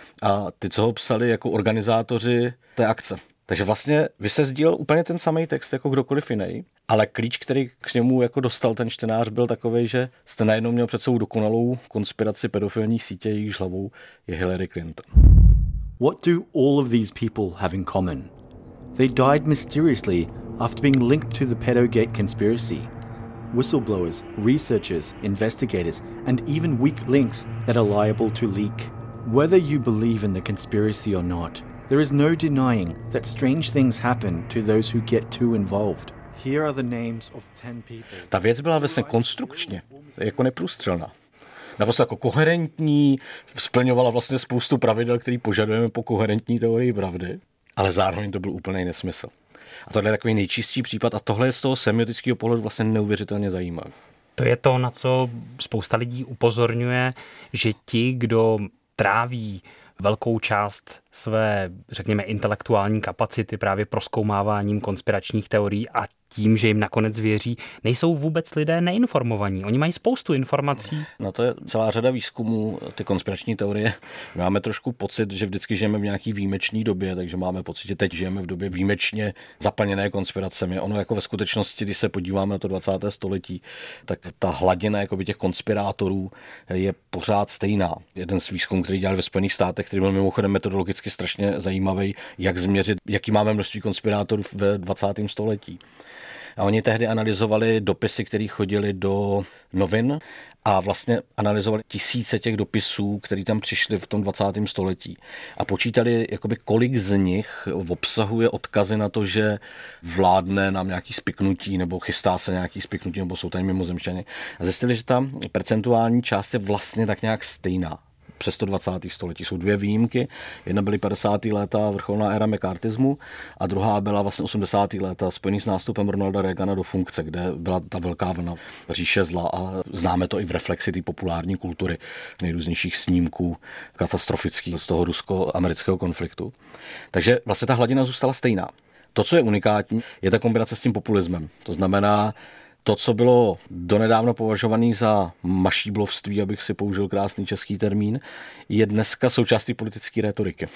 A ty, co ho psali jako organizátoři té akce. Takže vlastně vy jste sdílel úplně ten samý text jako kdokoliv jiný, ale klíč, který k němu jako dostal ten čtenář, byl takovej, že jste najednou měl před sebou dokonalou konspiraci pedofilní sítě, jejíž hlavou je Hillary Clinton. What do all of these people have in common? They died mysteriously after being linked to the Pedogate conspiracy. Whistleblowers, researchers, investigators, and even weak links that are liable to leak. Whether you believe in the conspiracy or not, there is no denying that strange things happen to those who get too involved. Here are the names of 10 people. Ta věc byla vlastně konstrukčně jako neprůstřelná. Naprosto jako koherentní, splňovala vlastně spoustu pravidel, který požadujeme po koherentní teorii pravdy, ale zároveň to byl úplný nesmysl. A tohle je takový nejčistší případ a tohle je z toho semiotického pohledu vlastně neuvěřitelně zajímavé. To je to, na co spousta lidí upozorňuje, že ti, kdo tráví velkou část své, řekněme, intelektuální kapacity právě prozkoumáváním konspiračních teorií a tím, že jim nakonec věří, nejsou vůbec lidé neinformovaní. Oni mají spoustu informací. No to je celá řada výzkumů, ty konspirační teorie. Máme trošku pocit, že vždycky žijeme v nějaký výjimečné době, takže máme pocit, že teď žijeme v době výjimečně zaplněné konspiracemi. Ono jako ve skutečnosti, když se podíváme na to 20. století, tak ta hladina jakoby těch konspirátorů je pořád stejná. Jeden z výzkumů, který dělal ve Spojených státech, který byl mimochodem metodologicky strašně zajímavý, jak změřit, jaký máme množství konspirátorů ve 20. století. A oni tehdy analyzovali dopisy, které chodily do novin a vlastně analyzovali tisíce těch dopisů, které tam přišly v tom 20. století. A počítali, jakoby, kolik z nich obsahuje odkazy na to, že vládne nám nějaký spiknutí nebo chystá se nějaký spiknutí nebo jsou tady mimozemšťané. A zjistili, že ta percentuální část je vlastně tak nějak stejná. Přes to 20. století. Jsou dvě výjimky. Jedna byly 50. léta vrcholná éra McCarthyismu a druhá byla vlastně 80. léta spojený s nástupem Ronalda Reagana do funkce, kde byla ta velká vlna říše zla a známe to i v reflexi té populární kultury, nejrůznějších snímků katastrofických z toho rusko-amerického konfliktu. Takže vlastně ta hladina zůstala stejná. To, co je unikátní, je ta kombinace s tím populismem. To znamená, to, co bylo donedávno považované za mašíblovství, abych si použil krásný český termín, je dneska součástí politické rétoriky.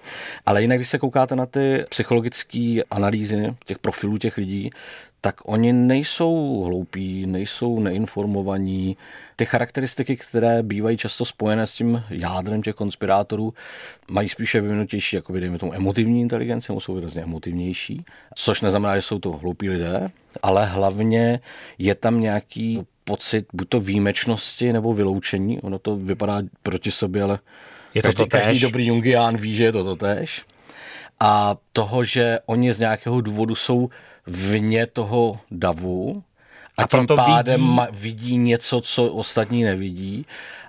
Ale jinak, když se koukáte na ty psychologické analýzy těch profilů těch lidí, tak oni nejsou hloupí, nejsou neinformovaní. Ty charakteristiky, které bývají často spojené s tím jádrem těch konspirátorů, mají spíše vyvinutější, jako dejme tomu, emotivní inteligenci, nebo jsou výrazně emotivnější, což neznamená, že jsou to hloupí lidé, ale hlavně je tam nějaký pocit buď to výjimečnosti nebo vyloučení. Ono to vypadá proti sobě, ale Každý dobrý Jungián ví, že je to totéž. A toho, že oni z nějakého důvodu jsou vně toho davu a tím pádem vidí něco, co ostatní nevidí.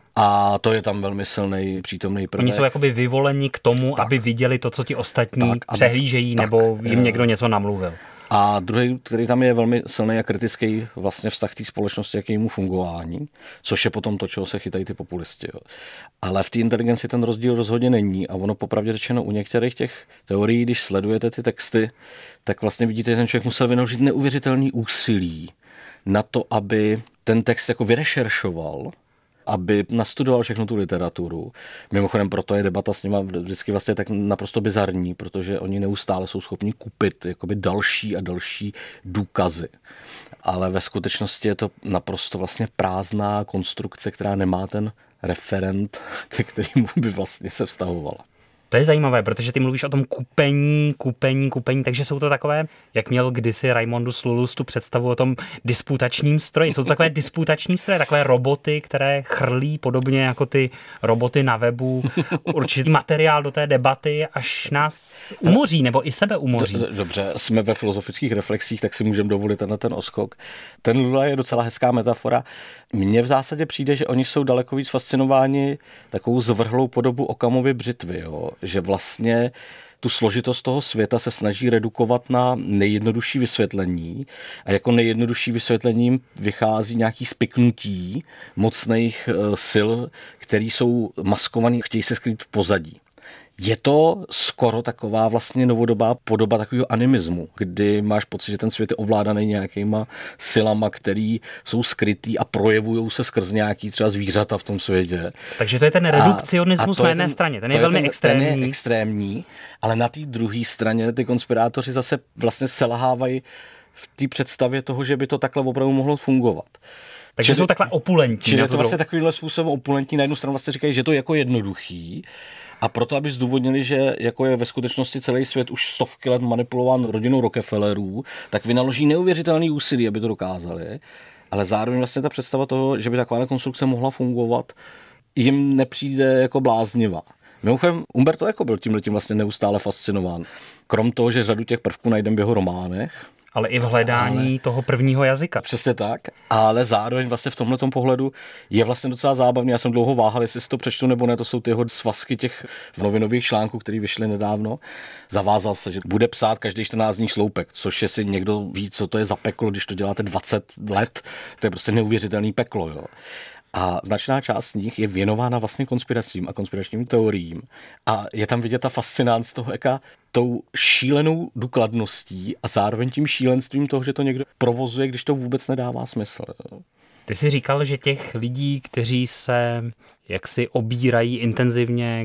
A to je tam velmi silný přítomný prvek. Oni jsou jakoby vyvoleni k tomu, aby viděli to, co ti ostatní přehlížejí, nebo jim někdo něco namluvil. A druhý, který tam je velmi silný a kritický vlastně vztah té společnosti, k jejímu fungování, což je potom to, čeho se chytají ty populisti. Jo. Ale v té inteligenci ten rozdíl rozhodně není a ono popravdě řečeno u některých těch teorií, když sledujete ty texty, tak vlastně vidíte, že ten člověk musel vynaložit neuvěřitelný úsilí na to, aby ten text jako vyrešeršoval, aby nastudoval všechnu tu literaturu. Mimochodem proto je debata s nima vždycky vlastně tak naprosto bizarní, protože oni neustále jsou schopni kupit jakoby další a další důkazy. Ale ve skutečnosti je to naprosto vlastně prázdná konstrukce, která nemá ten referent, ke kterému by vlastně se vztahovala. To je zajímavé, protože ty mluvíš o tom kupení, takže jsou to takové, jak měl kdysi Raimundus Lullus tu představu o tom disputačním stroji. Jsou to takové disputační stroje, takové roboty, které chrlí podobně jako ty roboty na webu určitý materiál do té debaty, až nás umoří, nebo i sebe umoří. Dobře, jsme ve filozofických reflexích, tak si můžeme dovolit na ten oskok. Ten Lulla je docela hezká metafora. Mně v zásadě přijde, že oni jsou daleko víc fascinováni takovou zvrhlou podobu Okamovy břitvy, jo? Že vlastně tu složitost toho světa se snaží redukovat na nejjednodušší vysvětlení a jako nejjednodušší vysvětlením vychází nějaký spiknutí mocných sil, které jsou maskovaný, chtějí se skrýt v pozadí. Je to skoro taková vlastně novodobá podoba takového animismu, kdy máš pocit, že ten svět je ovládaný nějakýma silama, které jsou skrytý a projevují se skrz nějaký třeba zvířata v tom světě. Takže to je ten redukcionismus na jedné straně, ten je velmi extrémní. Ten je extrémní, ale na té druhé straně ty konspirátoři zase vlastně selhávají v té představě toho, že by to takhle opravdu mohlo fungovat. Takže jsou takhle opulentní. Čili je to vlastně takovýmhle způsobem opulentní. Na jednu stranu vlastně říkají, že to je jako jednoduchý, a proto, aby zdůvodnili, že jako je ve skutečnosti celý svět už stovky let manipulován rodinou Rockefellerů, tak vynaloží neuvěřitelný úsilí, aby to dokázali. Ale zároveň vlastně ta představa toho, že by taková konstrukce mohla fungovat, jim nepřijde jako bláznivá. Mimochodem, Umberto Eco byl tímhletím vlastně neustále fascinován. Krom toho, že řadu těch prvků najdeme v jeho románech, ale i v hledání toho prvního jazyka. Přesně tak, ale zároveň vlastně v tomhletom pohledu je vlastně docela zábavný. Já jsem dlouho váhal, jestli si to přečtu nebo ne, to jsou ty jeho svazky těch novinových článků, které vyšly nedávno. Zavázal se, že bude psát každý 14 dní sloupek, což jestli někdo ví, co to je za peklo, když to děláte 20 let, to je prostě neuvěřitelný peklo, jo. A značná část z nich je věnována vlastně konspiracím a konspiračním teoriím. A je tam vidět ta fascinance toho Eka tou šílenou důkladností a zároveň tím šílenstvím toho, že to někdo provozuje, když to vůbec nedává smysl. Ty jsi říkal, že těch lidí, kteří se jaksi obírají intenzivně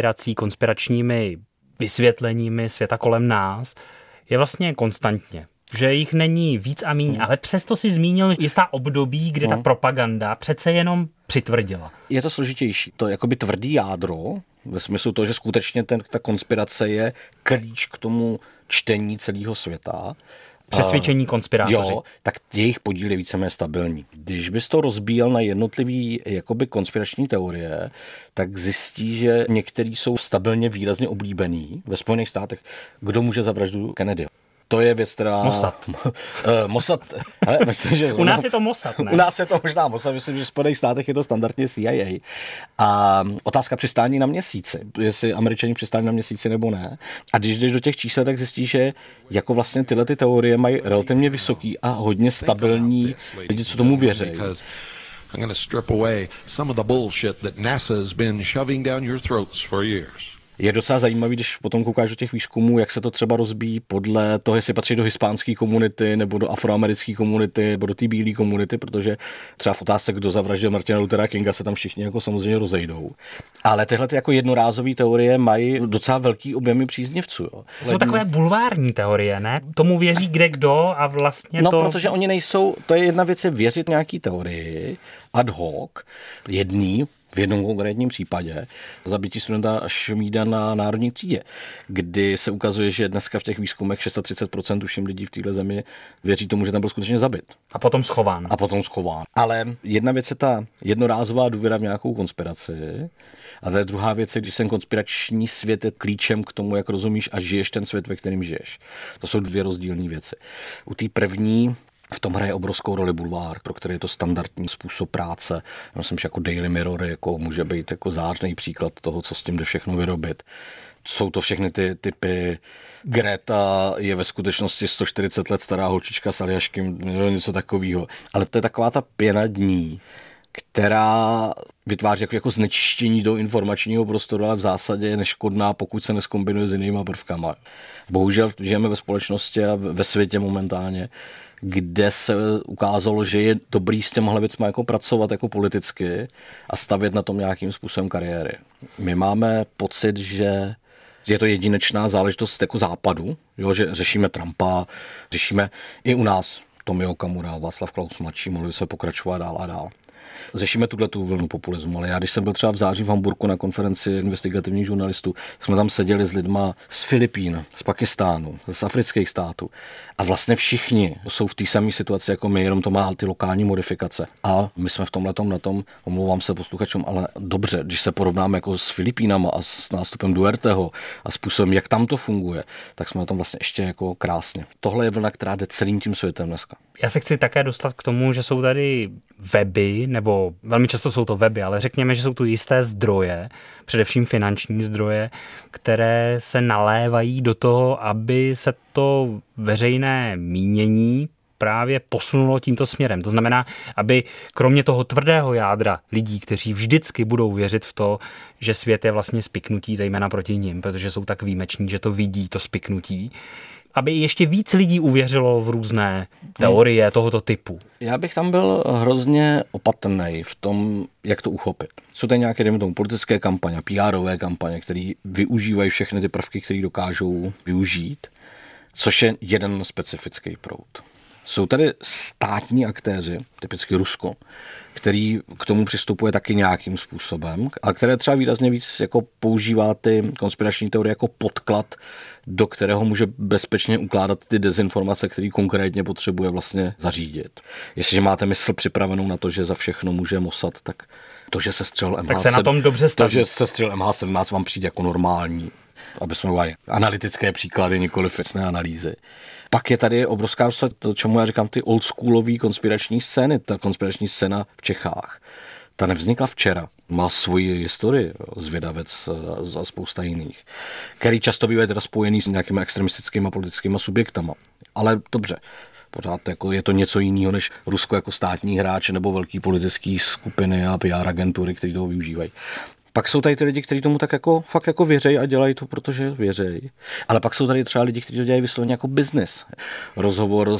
konspiračními vysvětleními světa kolem nás, je vlastně konstantně. Že jich není víc a míň, ale přesto si zmínil jistá období, kdy ta propaganda přece jenom přitvrdila. Je to složitější. To je jakoby tvrdý jádro, ve smyslu toho, že skutečně ta konspirace je klíč k tomu čtení celého světa. Přesvědčení konspirátoři. Jo, tak jejich podíl je víceméně stabilní. Když bys to rozbíjel na jednotlivý jakoby konspirační teorie, tak zjistí, že některý jsou stabilně výrazně oblíbený. Ve Spojených státech, kdo může zavraždu Kennedy? To je věc, která... Mossad. Mossad. Hele, myslím, že... U nás je to Mossad, ne? U nás je to možná Mossad, myslím, že v Spojených státech je to standardně CIA. A otázka přistání na měsíci, jestli Američani přistání na měsíci nebo ne. A když jdeš do těch čísel, tak zjistíš, že jako vlastně tyhle ty teorie mají relativně vysoký a hodně stabilní lidi, co tomu věří. I'm going to strip away some of the bullshit that NASA has been shoving down your throats for years. Je docela zajímavý, když potom koukáš do těch výzkumů, jak se to třeba rozbíjí podle toho, jestli patří do hispánské komunity, nebo do afroamerické komunity, nebo do té bílé komunity, protože třeba v otázce, kdo zavraždil Martina Luthera Kinga, se tam všichni jako samozřejmě rozejdou. Ale tyhle jako jednorázové teorie mají docela velký objemy příznivců. Jo. Jsou takové bulvární teorie, ne? Tomu věří kdekdo a vlastně No, protože oni nejsou, to je jedna věc je věřit nějaký teorii ad hoc, jedný, V jednom konkrétním případě zabití studenta Šmída na národní třídě, kdy se ukazuje, že dneska v těch výzkumech 630% všem lidí v této zemi věří tomu, že tam byl skutečně zabit. A potom schován. Ale jedna věc je ta jednorázová důvěra v nějakou konspiraci, a to je druhá věc, když ten konspirační svět je klíčem k tomu, jak rozumíš a žiješ ten svět, ve kterém žiješ. To jsou dvě rozdílné věci. U té první v tom hraje obrovskou roli bulvár, pro který je to standardní způsob práce. Já myslím, že jako Daily Mirror jako může být jako zářný příklad toho, co s tím jde všechno vyrobit. Jsou to všechny ty typy. Greta je ve skutečnosti 140 let stará holčička s Aljaškem, něco takového. Ale to je taková ta pěna dní, která vytváří jako znečištění do informačního prostoru, ale v zásadě je neškodná, pokud se neskombinuje s jinýma prvkama. Bohužel žijeme ve společnosti a ve světě momentálně, kde se ukázalo, že je dobrý s těmhle věcmi jako pracovat jako politicky a stavět na tom nějakým způsobem kariéry. My máme pocit, že je to jedinečná záležitost jako západu, jo, že řešíme Trumpa, řešíme i u nás Tomio Okamura, Václav Klaus mladší, mohli se pokračovat dál a dál. Řešíme tu vlnu populismu, ale já když jsem byl třeba v září v Hamburku na konferenci investigativních žurnalistů, jsme tam seděli s lidma z Filipín, z Pakistánu, z afrických států a vlastně všichni jsou v té samé situaci jako my, jenom to má ty lokální modifikace. A my jsme v tomhletom na tom, omlouvám se posluchačům, ale dobře, když se porovnáme jako s Filipínama a s nástupem Duerteho a způsobem, jak tam to funguje, tak jsme na tom vlastně ještě jako krásně. Tohle je vlna, která jde celým tím světem dneska. Já se chci také dostat k tomu, že jsou tady weby, nebo velmi často jsou to weby, ale řekněme, že jsou tu jisté zdroje, především finanční zdroje, které se nalévají do toho, aby se to veřejné mínění právě posunulo tímto směrem. To znamená, aby kromě toho tvrdého jádra lidí, kteří vždycky budou věřit v to, že svět je vlastně spiknutí, zejména proti nim, protože jsou tak výjimeční, že to vidí, to spiknutí, aby ještě víc lidí uvěřilo v různé teorie tohoto typu. Já bych tam byl hrozně opatrný v tom, jak to uchopit. Jsou tady nějaké, dejme tomu, politické kampaně, PR-ové kampaně, které využívají všechny ty prvky, které dokážou využít, což je jeden specifický proud. Jsou tady státní aktéři, typicky Rusko, který k tomu přistupuje taky nějakým způsobem, a které třeba výrazně víc jako používá ty konspirační teorie jako podklad, do kterého může bezpečně ukládat ty dezinformace, které konkrétně potřebuje vlastně zařídit. Jestliže máte mysl připravenou na to, že za všechno může Mossad, tak to, že se střelil MH17, tak se na tom dobře staví. To, že se střelil MH17, vám přijde jako normální. Aby jsme uváděli analytické příklady, nikoli věcné analýzy. Pak je tady obrovská, to, čemu já říkám, ty oldschoolové konspirační scény. Ta konspirační scéna v Čechách, ta nevznikla včera. Má svoji historii, Zvědavec a spousta jiných, který často bývají teda spojený s nějakými extremistickými politickými subjektama. Ale dobře, pořád jako je to něco jiného než Rusko jako státní hráč nebo velký politický skupiny a PR agentury, které toho využívají. Pak jsou tady ty lidi, kteří tomu tak jako fakt jako věří a dělají to, protože věří. Ale pak jsou tady třeba lidi, kteří to dělají vysloveně jako biznis. Rozhovor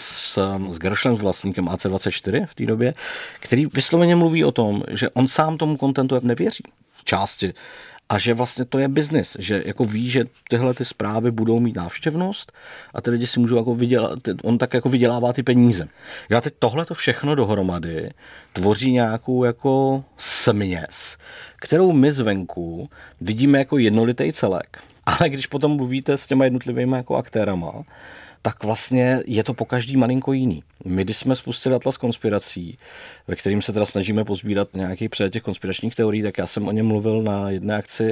s Geršlem, s vlastníkem AC24 v té době, který vysloveně mluví o tom, že on sám tomu kontentu nevěří v části a že vlastně to je biznis, že jako ví, že tyhle ty zprávy budou mít návštěvnost a ty lidi si můžou jako vydělat, on tak jako vydělává ty peníze. Já teď tohleto všechno dohromady tvoří nějakou jako směs, kterou my zvenku vidíme jako jednolitý celek. Ale když potom mluvíte s těma jednotlivými jako aktérama, tak vlastně je to po každý malinko jiný. My, když jsme spustili Atlas konspirací, ve kterým se teda snažíme pozbírat nějaký přehled těch konspiračních teorií, tak já jsem o něm mluvil na jedné akci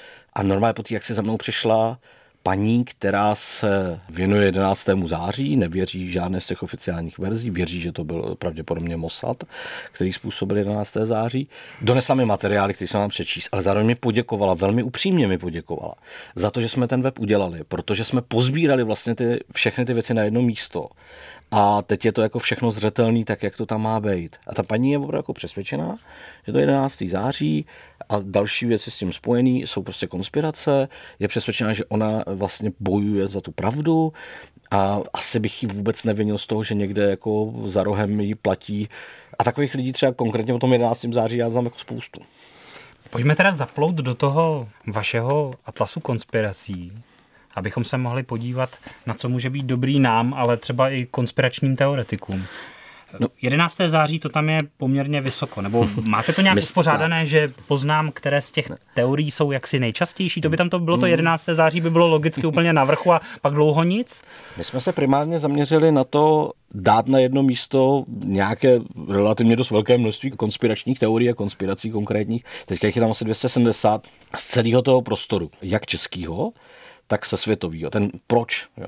a normálně po té akci za mnou přišla paní, která se věnuje 11. září, nevěří žádné z těch oficiálních verzí, věří, že to byl pravděpodobně Mossad, který způsobil 11. září. Donesla mi materiály, které jsem vám přečíst, ale zároveň mi poděkovala, velmi upřímně mi poděkovala za to, že jsme ten web udělali, protože jsme pozbírali vlastně všechny ty věci na jedno místo. A teď je to jako všechno zřetelný, tak jak to tam má být. A ta paní je opravdu jako přesvědčená, že to je 11. září a další věci s tím spojený jsou prostě konspirace. Je přesvědčená, že ona vlastně bojuje za tu pravdu a asi bych jí vůbec nevinil z toho, že někde jako za rohem jí platí. A takových lidí třeba konkrétně o tom 11. září já znám jako spoustu. Pojďme teda zaplout do toho vašeho atlasu konspirací, abychom se mohli podívat, na co může být dobrý nám, ale třeba i konspiračním teoretikům. No. 11. září to tam je poměrně vysoko, nebo máte to nějak uspořádané, že poznám, které z těch teorií jsou jaksi nejčastější? To by tam to bylo to 11. září, by bylo logicky úplně na vrchu a pak dlouho nic? My jsme se primárně zaměřili na to dát na jedno místo nějaké relativně dost velké množství konspiračních teorií a konspirací konkrétních. Teďka jich je tam asi 270 z celého toho prostoru, jak českýho, tak se světovýho. Ten proč, jo?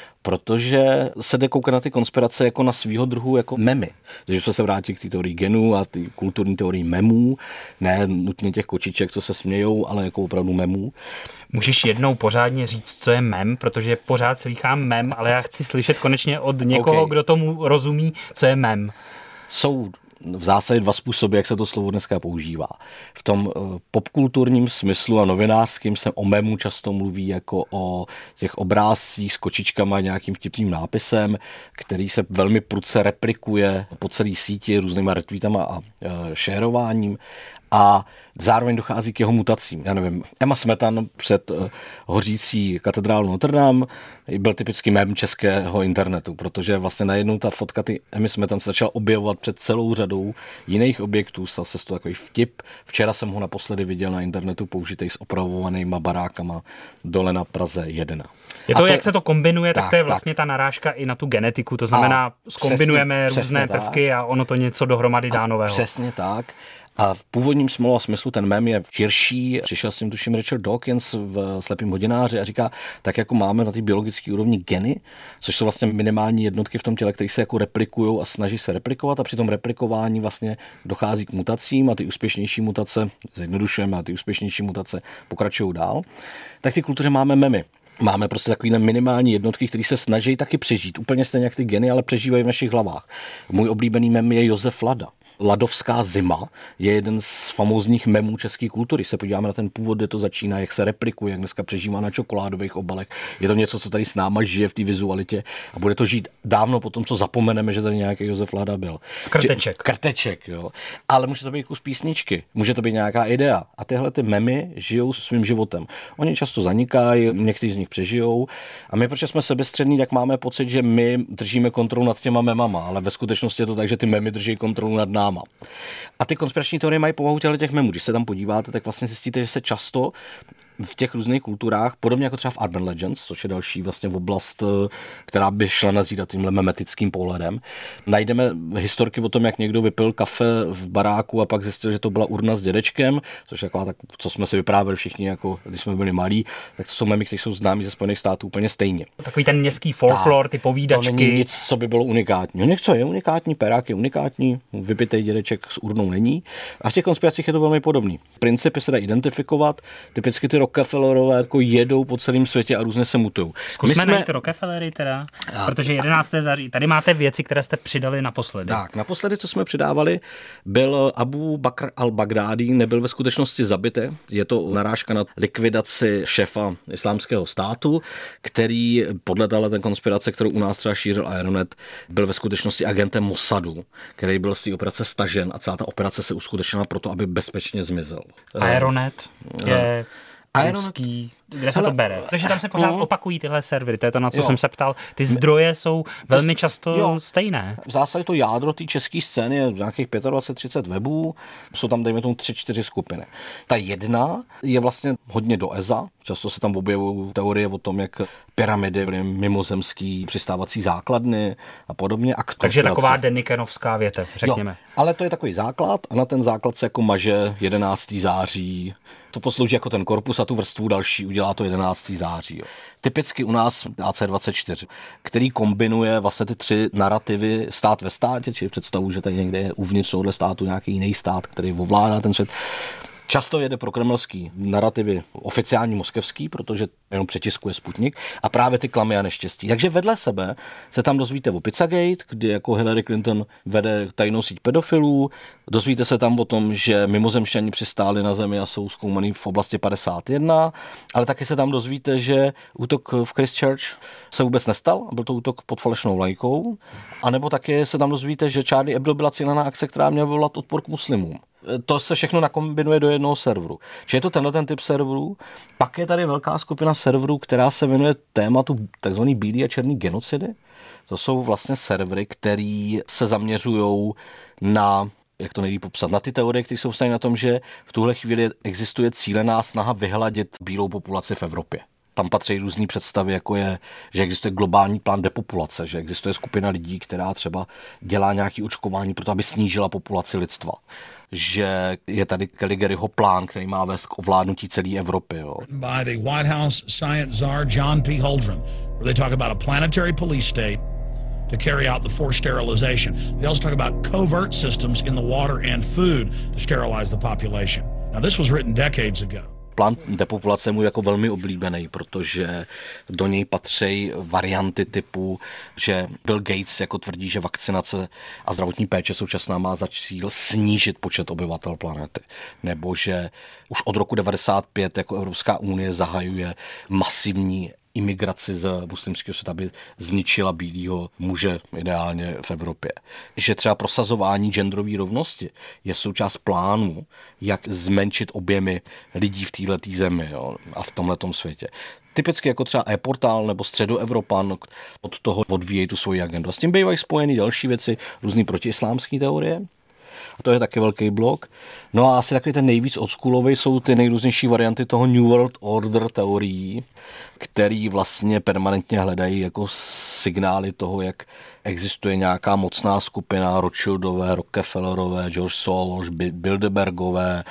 Protože se jde koukat na ty konspirace jako na svýho druhu jako memy. Takže jsme se vrátili k té teorii genů a ty kulturní teorii memů, ne nutně těch kočiček, co se smějou, ale jako opravdu memů. Můžeš jednou pořádně říct, co je mem, protože pořád slýchám mem, ale já chci slyšet konečně od někoho, kdo tomu rozumí, co je mem. Jsou v zásadě dva způsoby, jak se to slovo dneska používá. V tom popkulturním smyslu a novinářském se o memu často mluví jako o těch obrázcích s kočičkama a nějakým vtipným nápisem, který se velmi prudce replikuje po celé síti různýma retweetama a šérováním. A zároveň dochází k jeho mutacím. Já nevím, Emma Smetan před hořící katedrálou Notre Dame byl typický mém českého internetu, protože vlastně najednou ta fotka ty Emmy Smetan se začala objevovat před celou řadou jiných objektů. Stal se to takový vtip. Včera jsem ho naposledy viděl na internetu použitej s opravovanýma barákama dole na Praze 1. Je to, jak se to kombinuje, tak to je vlastně ta narážka i na tu genetiku. To znamená, zkombinujeme různé prvky a ono to něco dohromady dá nového. Přesně tak. A v původním slova smyslu ten mem je širší. Přišel s tím tuším Richard Dawkins v Slepým hodináři a říká, tak jako máme na té biologické úrovni geny, což jsou vlastně minimální jednotky v tom těle, které se jako replikují a snaží se replikovat a při tom replikování vlastně dochází k mutacím a ty úspěšnější mutace, zjednodušujeme, a ty úspěšnější mutace pokračují dál. Tak ty kultuře máme memy. Máme prostě takovýhle minimální jednotky, které se snaží taky přežít. Úplně stejně jak ty geny, ale přežívají v našich hlavách. Můj oblíbený mem je Josef Lada. Ladovská zima je jeden z famózních memů české kultury. Se podíváme na ten původ, kde to začíná, jak se replikuje, jak dneska přežívá na čokoládových obalech. Je to něco, co tady s náma žije v té vizualitě a bude to žít dávno po tom, co zapomeneme, že tady nějaký Josef Lada byl. Krteček, jo. Ale může to být kus písničky, může to být nějaká idea. A tyhle ty memy žijou svým životem. Oni často zanikají, někteří z nich přežijou. A my, protože jsme sebestřední, tak máme pocit, že my držíme kontrolu nad těma memama, ale ve skutečnosti je to tak, že ty memy drží kontrolu nad námi. A ty konspirační teorie mají povahu těch memů. Když se tam podíváte, tak vlastně zjistíte, že se často v těch různých kulturách, podobně jako třeba v Urban Legends, což je další vlastně oblast, která by šla nazírat tímhle memetickým pohledem, najdeme historky o tom, jak někdo vypil kafe v baráku a pak zjistil, že to byla urna s dědečkem, což je taková, tak, co jsme si vyprávěli všichni, jako když jsme byli malí, tak to jsou memy, které jsou známí ze Spojených států úplně stejně. Takový ten městský folklor, ty povídačky. To není nic, co by bylo unikátní. Něco je unikátní, perák je unikátní, vypitej dědeček s urnou není. A v těch konspiracích je to velmi podobný. Principy se dá identifikovat, typicky ty Rockefellerové jako jedou po celém světě a různě se mutují. Zkusme najít Rockefellery teda, protože 11. září, tady máte věci, které jste přidali naposledy. Tak, naposledy, co jsme přidávali, byl Abu Bakr al-Baghdadi, nebyl ve skutečnosti zabité. Je to narážka na likvidaci šéfa islámského státu, který podle té konspirace, kterou u nás třeba šířil Aeronet, byl ve skutečnosti agentem Mossadu, který byl z té operace stažen a celá ta operace se uskutečnila proto, aby bezpečně zmizel. Aeronet je ruský, kde se to bere? Protože tam se pořád opakují tyhle servery, to je to, na co jsem se ptal. Ty zdroje jsou velmi často stejné. V zásadě to jádro té české scény je nějakých 25-30 webů, jsou tam, dejme tomu, 3-4 skupiny. Ta jedna je vlastně hodně do EZA, často se tam objevují teorie o tom, jak pyramidy byly mimozemský přistávací základny a podobně. Takže taková Denikenovská větev, řekněme. Jo, ale to je takový základ a na ten základ se jako maže 11. září. To poslouží jako ten korpus a tu vrstvu další udělá to 11. září. Jo. Typicky u nás AC24, který kombinuje vlastně ty tři narrativy stát ve státě, či představu, že tady někde je uvnitř tohohle státu nějaký jiný stát, který ovládá ten svět. Často jede pro kremelský narrativy oficiální moskevský, protože jenom přetiskuje Sputnik a právě ty klamy a neštěstí. Takže vedle sebe se tam dozvíte o Pizzagate, kdy jako Hillary Clinton vede tajnou síť pedofilů, dozvíte se tam o tom, že mimozemšťani přistáli na zemi a jsou zkoumaný v oblasti 51, ale taky se tam dozvíte, že útok v Christchurch se vůbec nestal, byl to útok pod falešnou vlajkou, anebo taky se tam dozvíte, že Charlie Hebdo byla cílená akce, která měla vyvolat odpor k muslimům. To se všechno nakombinuje do jednoho serveru. Čiže je to tenhle ten typ serverů. Pak je tady velká skupina serverů, která se věnuje tématu takzvaný bílý a černý genocidy. To jsou vlastně servery, které se zaměřují na, jak to nejlíp popsat, na ty teorie, které jsou vstají na tom, že v tuhle chvíli existuje cílená snaha vyhladit bílou populaci v Evropě. Tam patří různý představy, jako je, že existuje globální plán depopulace, že existuje skupina lidí, která třeba dělá nějaké očkování pro to, aby snížila populaci lidstva. Že je tady Caligaryho plán, který má vést k ovládnutí celé Evropy. Jo. By the White House science czar John P. Holdren, where they talk about a planetary police state to carry out the forced sterilization. They also talk about covert systems in the water and food to sterilize the population. Now this was written decades ago. Plán depopulace je mu jako velmi oblíbený, protože do něj patří varianty typu, že Bill Gates jako tvrdí, že vakcinace a zdravotní péče současná má za cíl snížit počet obyvatel planety. Nebo že už od roku 1995 jako Evropská unie zahajuje masivní imigraci z muslimského světa, aby zničila bílého muže ideálně v Evropě. Že třeba prosazování genderové rovnosti je součást plánu, jak zmenšit objemy lidí v této zemi, jo, a v tomhletom světě. Typicky jako třeba e-portál nebo Středoevropan od toho odvíjejí tu svoji agendu. A s tím bývají spojený další věci, různý protiislámské teorie. A to je taky velký blok. No a asi takový ten nejvíc oldschoolový jsou ty nejrůznější varianty toho New World Order teorií, který vlastně permanentně hledají jako signály toho, jak existuje nějaká mocná skupina Rothschildové, Rockefellerové, George Soros, Bilderbergové,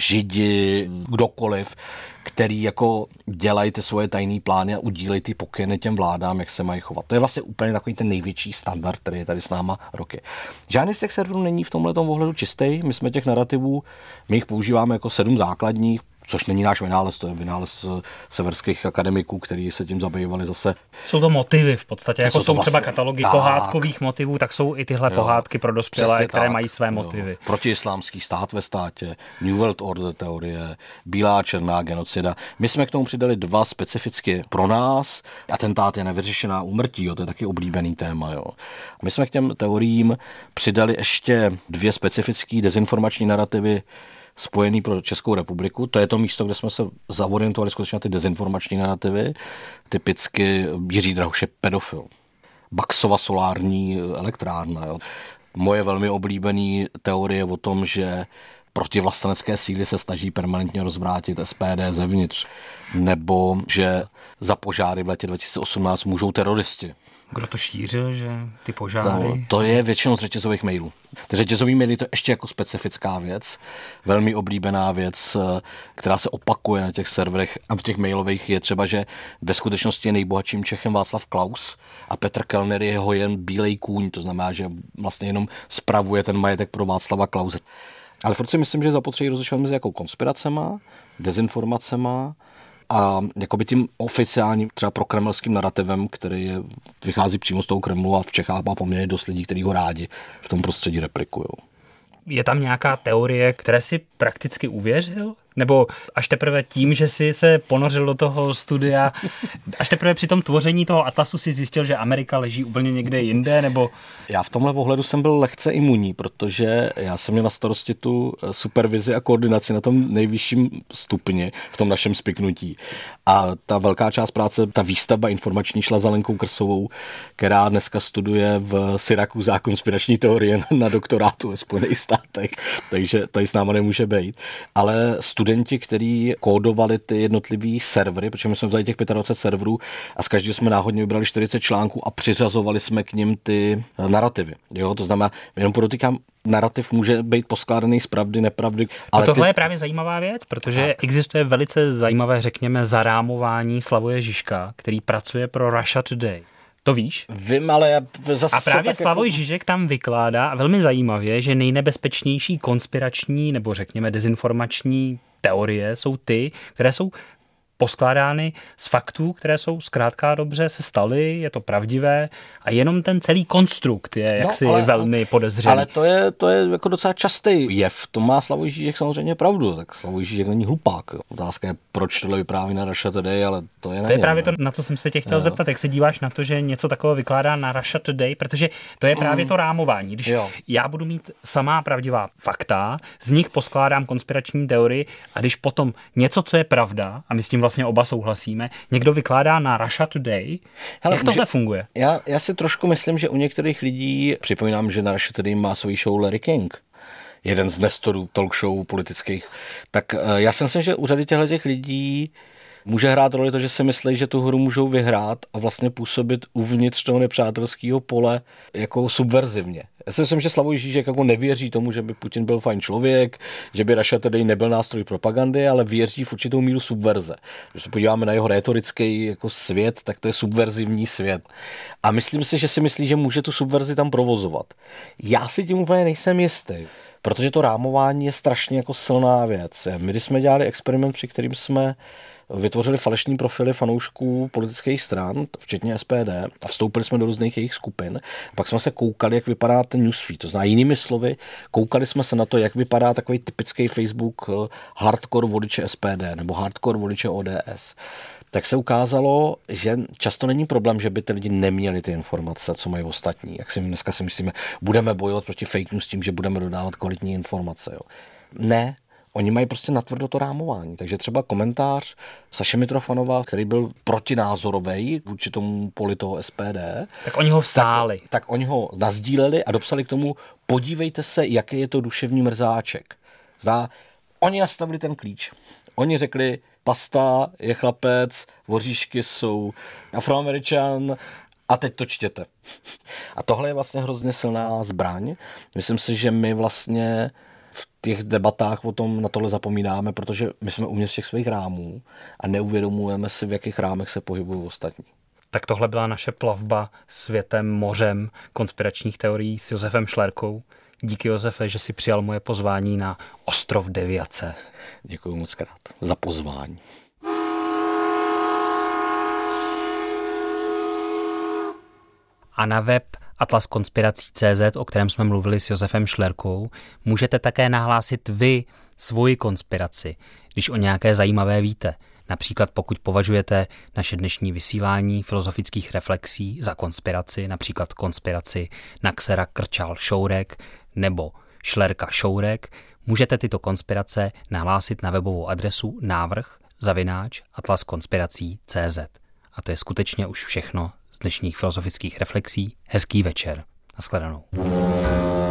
Židi, kdokoliv, který jako dělají ty svoje tajné plány a udílejí ty pokyny těm vládám, jak se mají chovat. To je vlastně úplně takový ten největší standard, který je tady s náma roky. Žádný z těch serverů není v tomhletom ohledu čistý. My jsme těch narrativů, my jich používáme jako 7 základních, což není náš vynález, to je vynález severských akademiků, kteří se tím zabývali zase. Jsou to motivy v podstatě, jako jsou vlastně třeba katalogy pohádkových motivů, tak jsou i tyhle pohádky pro dospělé, které mají své motivy. Protiislámský stát ve státě, New World Order teorie, bílá a černá genocida. My jsme k tomu přidali 2 specificky pro nás. Atentát je nevyřešená úmrtí, jo, to je taky oblíbený téma. Jo. My jsme k těm teoriím přidali ještě 2 specifické dezinformační narrativy spojený pro Českou republiku. To je to místo, kde jsme se zaorientovali skutečně na ty dezinformační narrativy. Typicky Jiří Drahoš je pedofil. Baxova solární elektrárna. Jo. Moje velmi oblíbený teorie o tom, že protivlastenecké síly se snaží permanentně rozvrátit SPD zevnitř. Nebo že za požáry v letě 2018 můžou teroristi. Kdo to šířil, že ty požáry? To je většinou z řetězových mailů. Ty řetězový maily to je ještě jako specifická věc, velmi oblíbená věc, která se opakuje na těch serverech a v těch mailových je třeba, že ve skutečnosti je nejbohatším Čechem Václav Klaus a Petr Kellner je jeho jen bílej kůň, to znamená, že vlastně jenom spravuje ten majetek pro Václava Klause. Ale furt si myslím, že zapotřebí rozlišovat mezi jako konspiracema, dezinformacema a jakoby tím oficiálním třeba prokremelským narrativem, který vychází přímo z toho Kremlu a v Čechách má poměrně dost lidí, kteří ho rádi v tom prostředí replikují. Je tam nějaká teorie, které si prakticky uvěřil? Nebo až teprve tím, že si se ponořil do toho studia, až teprve při tom tvoření toho atlasu si zjistil, že Amerika leží úplně někde jinde, nebo... Já v tomhle ohledu jsem byl lehce imunní, protože já jsem měl na starosti tu supervizi a koordinaci na tom nejvyšším stupni v tom našem spiknutí. A ta velká část práce, ta výstavba informační šla za Lenkou Krsovou, která dneska studuje v Syrakuze konspirační teorie na doktorátu ve Spojených státech, takže tady s náma nemůže být. Ale studenti, kteří kódovali ty jednotlivý servery, protože my jsme vzali těch 25 serverů a z každého jsme náhodně vybrali 40 článků a přiřazovali jsme k nim ty narrativy. Jo? To znamená, jenom podotýkám, narrativ může být poskládaný z pravdy, nepravdy. Ale tohle je právě zajímavá věc, protože existuje velice zajímavé, řekněme, zarámování Slavoje Žižka, který pracuje pro Russia Today. To víš? Vím, ale zase... A právě Slavoj Žižek tam vykládá a velmi zajímavě, že nejnebezpečnější konspirační nebo řekněme dezinformační teorie jsou ty, které jsou poskládány z faktů, které jsou zkrátka dobře se staly, je to pravdivé a jenom ten celý konstrukt je jaksi velmi podezřelý. Ale to je jako docela častý jev. To má Slavoj Žižek samozřejmě pravdu, tak Slavoj Žižek není hlupák. Otázka je, proč tohle vypráví na Russia Today, ale to je na To je právě to, na co jsem se tě chtěl zeptat, jak se díváš na to, že něco takového vykládá na Russia Today, protože to je právě to rámování. Když já budu mít samá pravdivá fakta, z nich poskládám konspirační teorii a když potom něco, co je pravda, a my s tím vlastně oba souhlasíme, někdo vykládá na Russia Today, jak tohle funguje? Já si trošku myslím, že u některých lidí, připomínám, že na Russia Today má svůj show Larry King, jeden z nestorů talk show politických, tak já si myslím, že u řady těch lidí může hrát roli to, že si myslí, že tu hru můžou vyhrát a vlastně působit uvnitř toho nepřátelského pole jako subverzivně. Já si myslím, že Slavoj Žižek jako nevěří tomu, že by Putin byl fajn člověk, že by Russia Today nebyl nástroj propagandy, ale věří v určitou míru subverze. Když se podíváme na jeho rétorický jako svět, tak to je subverzivní svět. A myslím si, že si myslí, že může tu subverzi tam provozovat. Já si tím úplně nejsem jistý, protože to rámování je strašně jako silná věc. My když jsme dělali experiment, při kterým jsme vytvořili falešní profily fanoušků politických stran, včetně SPD, a vstoupili jsme do různých jejich skupin. A pak jsme se koukali, jak vypadá ten newsfeed. To znamená jinými slovy, koukali jsme se na to, jak vypadá takový typický Facebook hardcore voliče SPD nebo hardcore voliče ODS. Tak se ukázalo, že často není problém, že by ty lidi neměli ty informace, co mají ostatní. Jak si dneska si myslíme, budeme bojovat proti fake news tím, že budeme dodávat kvalitní informace. Jo. Ne, oni mají prostě natvrdo to rámování. Takže třeba komentář Saše Mitrofanova, který byl protinázorovej vůči tomu poli toho SPD. Tak oni ho vsáli. Tak oni ho nazdíleli a dopsali k tomu, podívejte se, jaký je to duševní mrzáček. Oni nastavili ten klíč. Oni řekli, pasta je chlapec, voříšky jsou Afroameričan a teď to čtěte. A tohle je vlastně hrozně silná zbraň. Myslím si, že my vlastně v těch debatách o tom na tohle zapomínáme, protože my jsme uvnitř těch svých rámů a neuvědomujeme si, v jakých rámech se pohybují ostatní. Tak tohle byla naše plavba světem, mořem konspiračních teorií s Josefem Šlerkou. Díky, Josefe, že si přijal moje pozvání na Ostrov Deviace. Děkuji moc krát za pozvání. A na web atlaskonspirací.cz, o kterém jsme mluvili s Josefem Šlerkou, můžete také nahlásit vy svoji konspiraci, když o nějaké zajímavé víte. Například pokud považujete naše dnešní vysílání filozofických reflexí za konspiraci, například konspiraci Naxera Krčál Šourek nebo Šlerka Šourek, můžete tyto konspirace nahlásit na webovou adresu návrh@atlaskonspirací.cz. A to je skutečně už všechno z dnešních filozofických reflexí. Hezký večer. Nashledanou.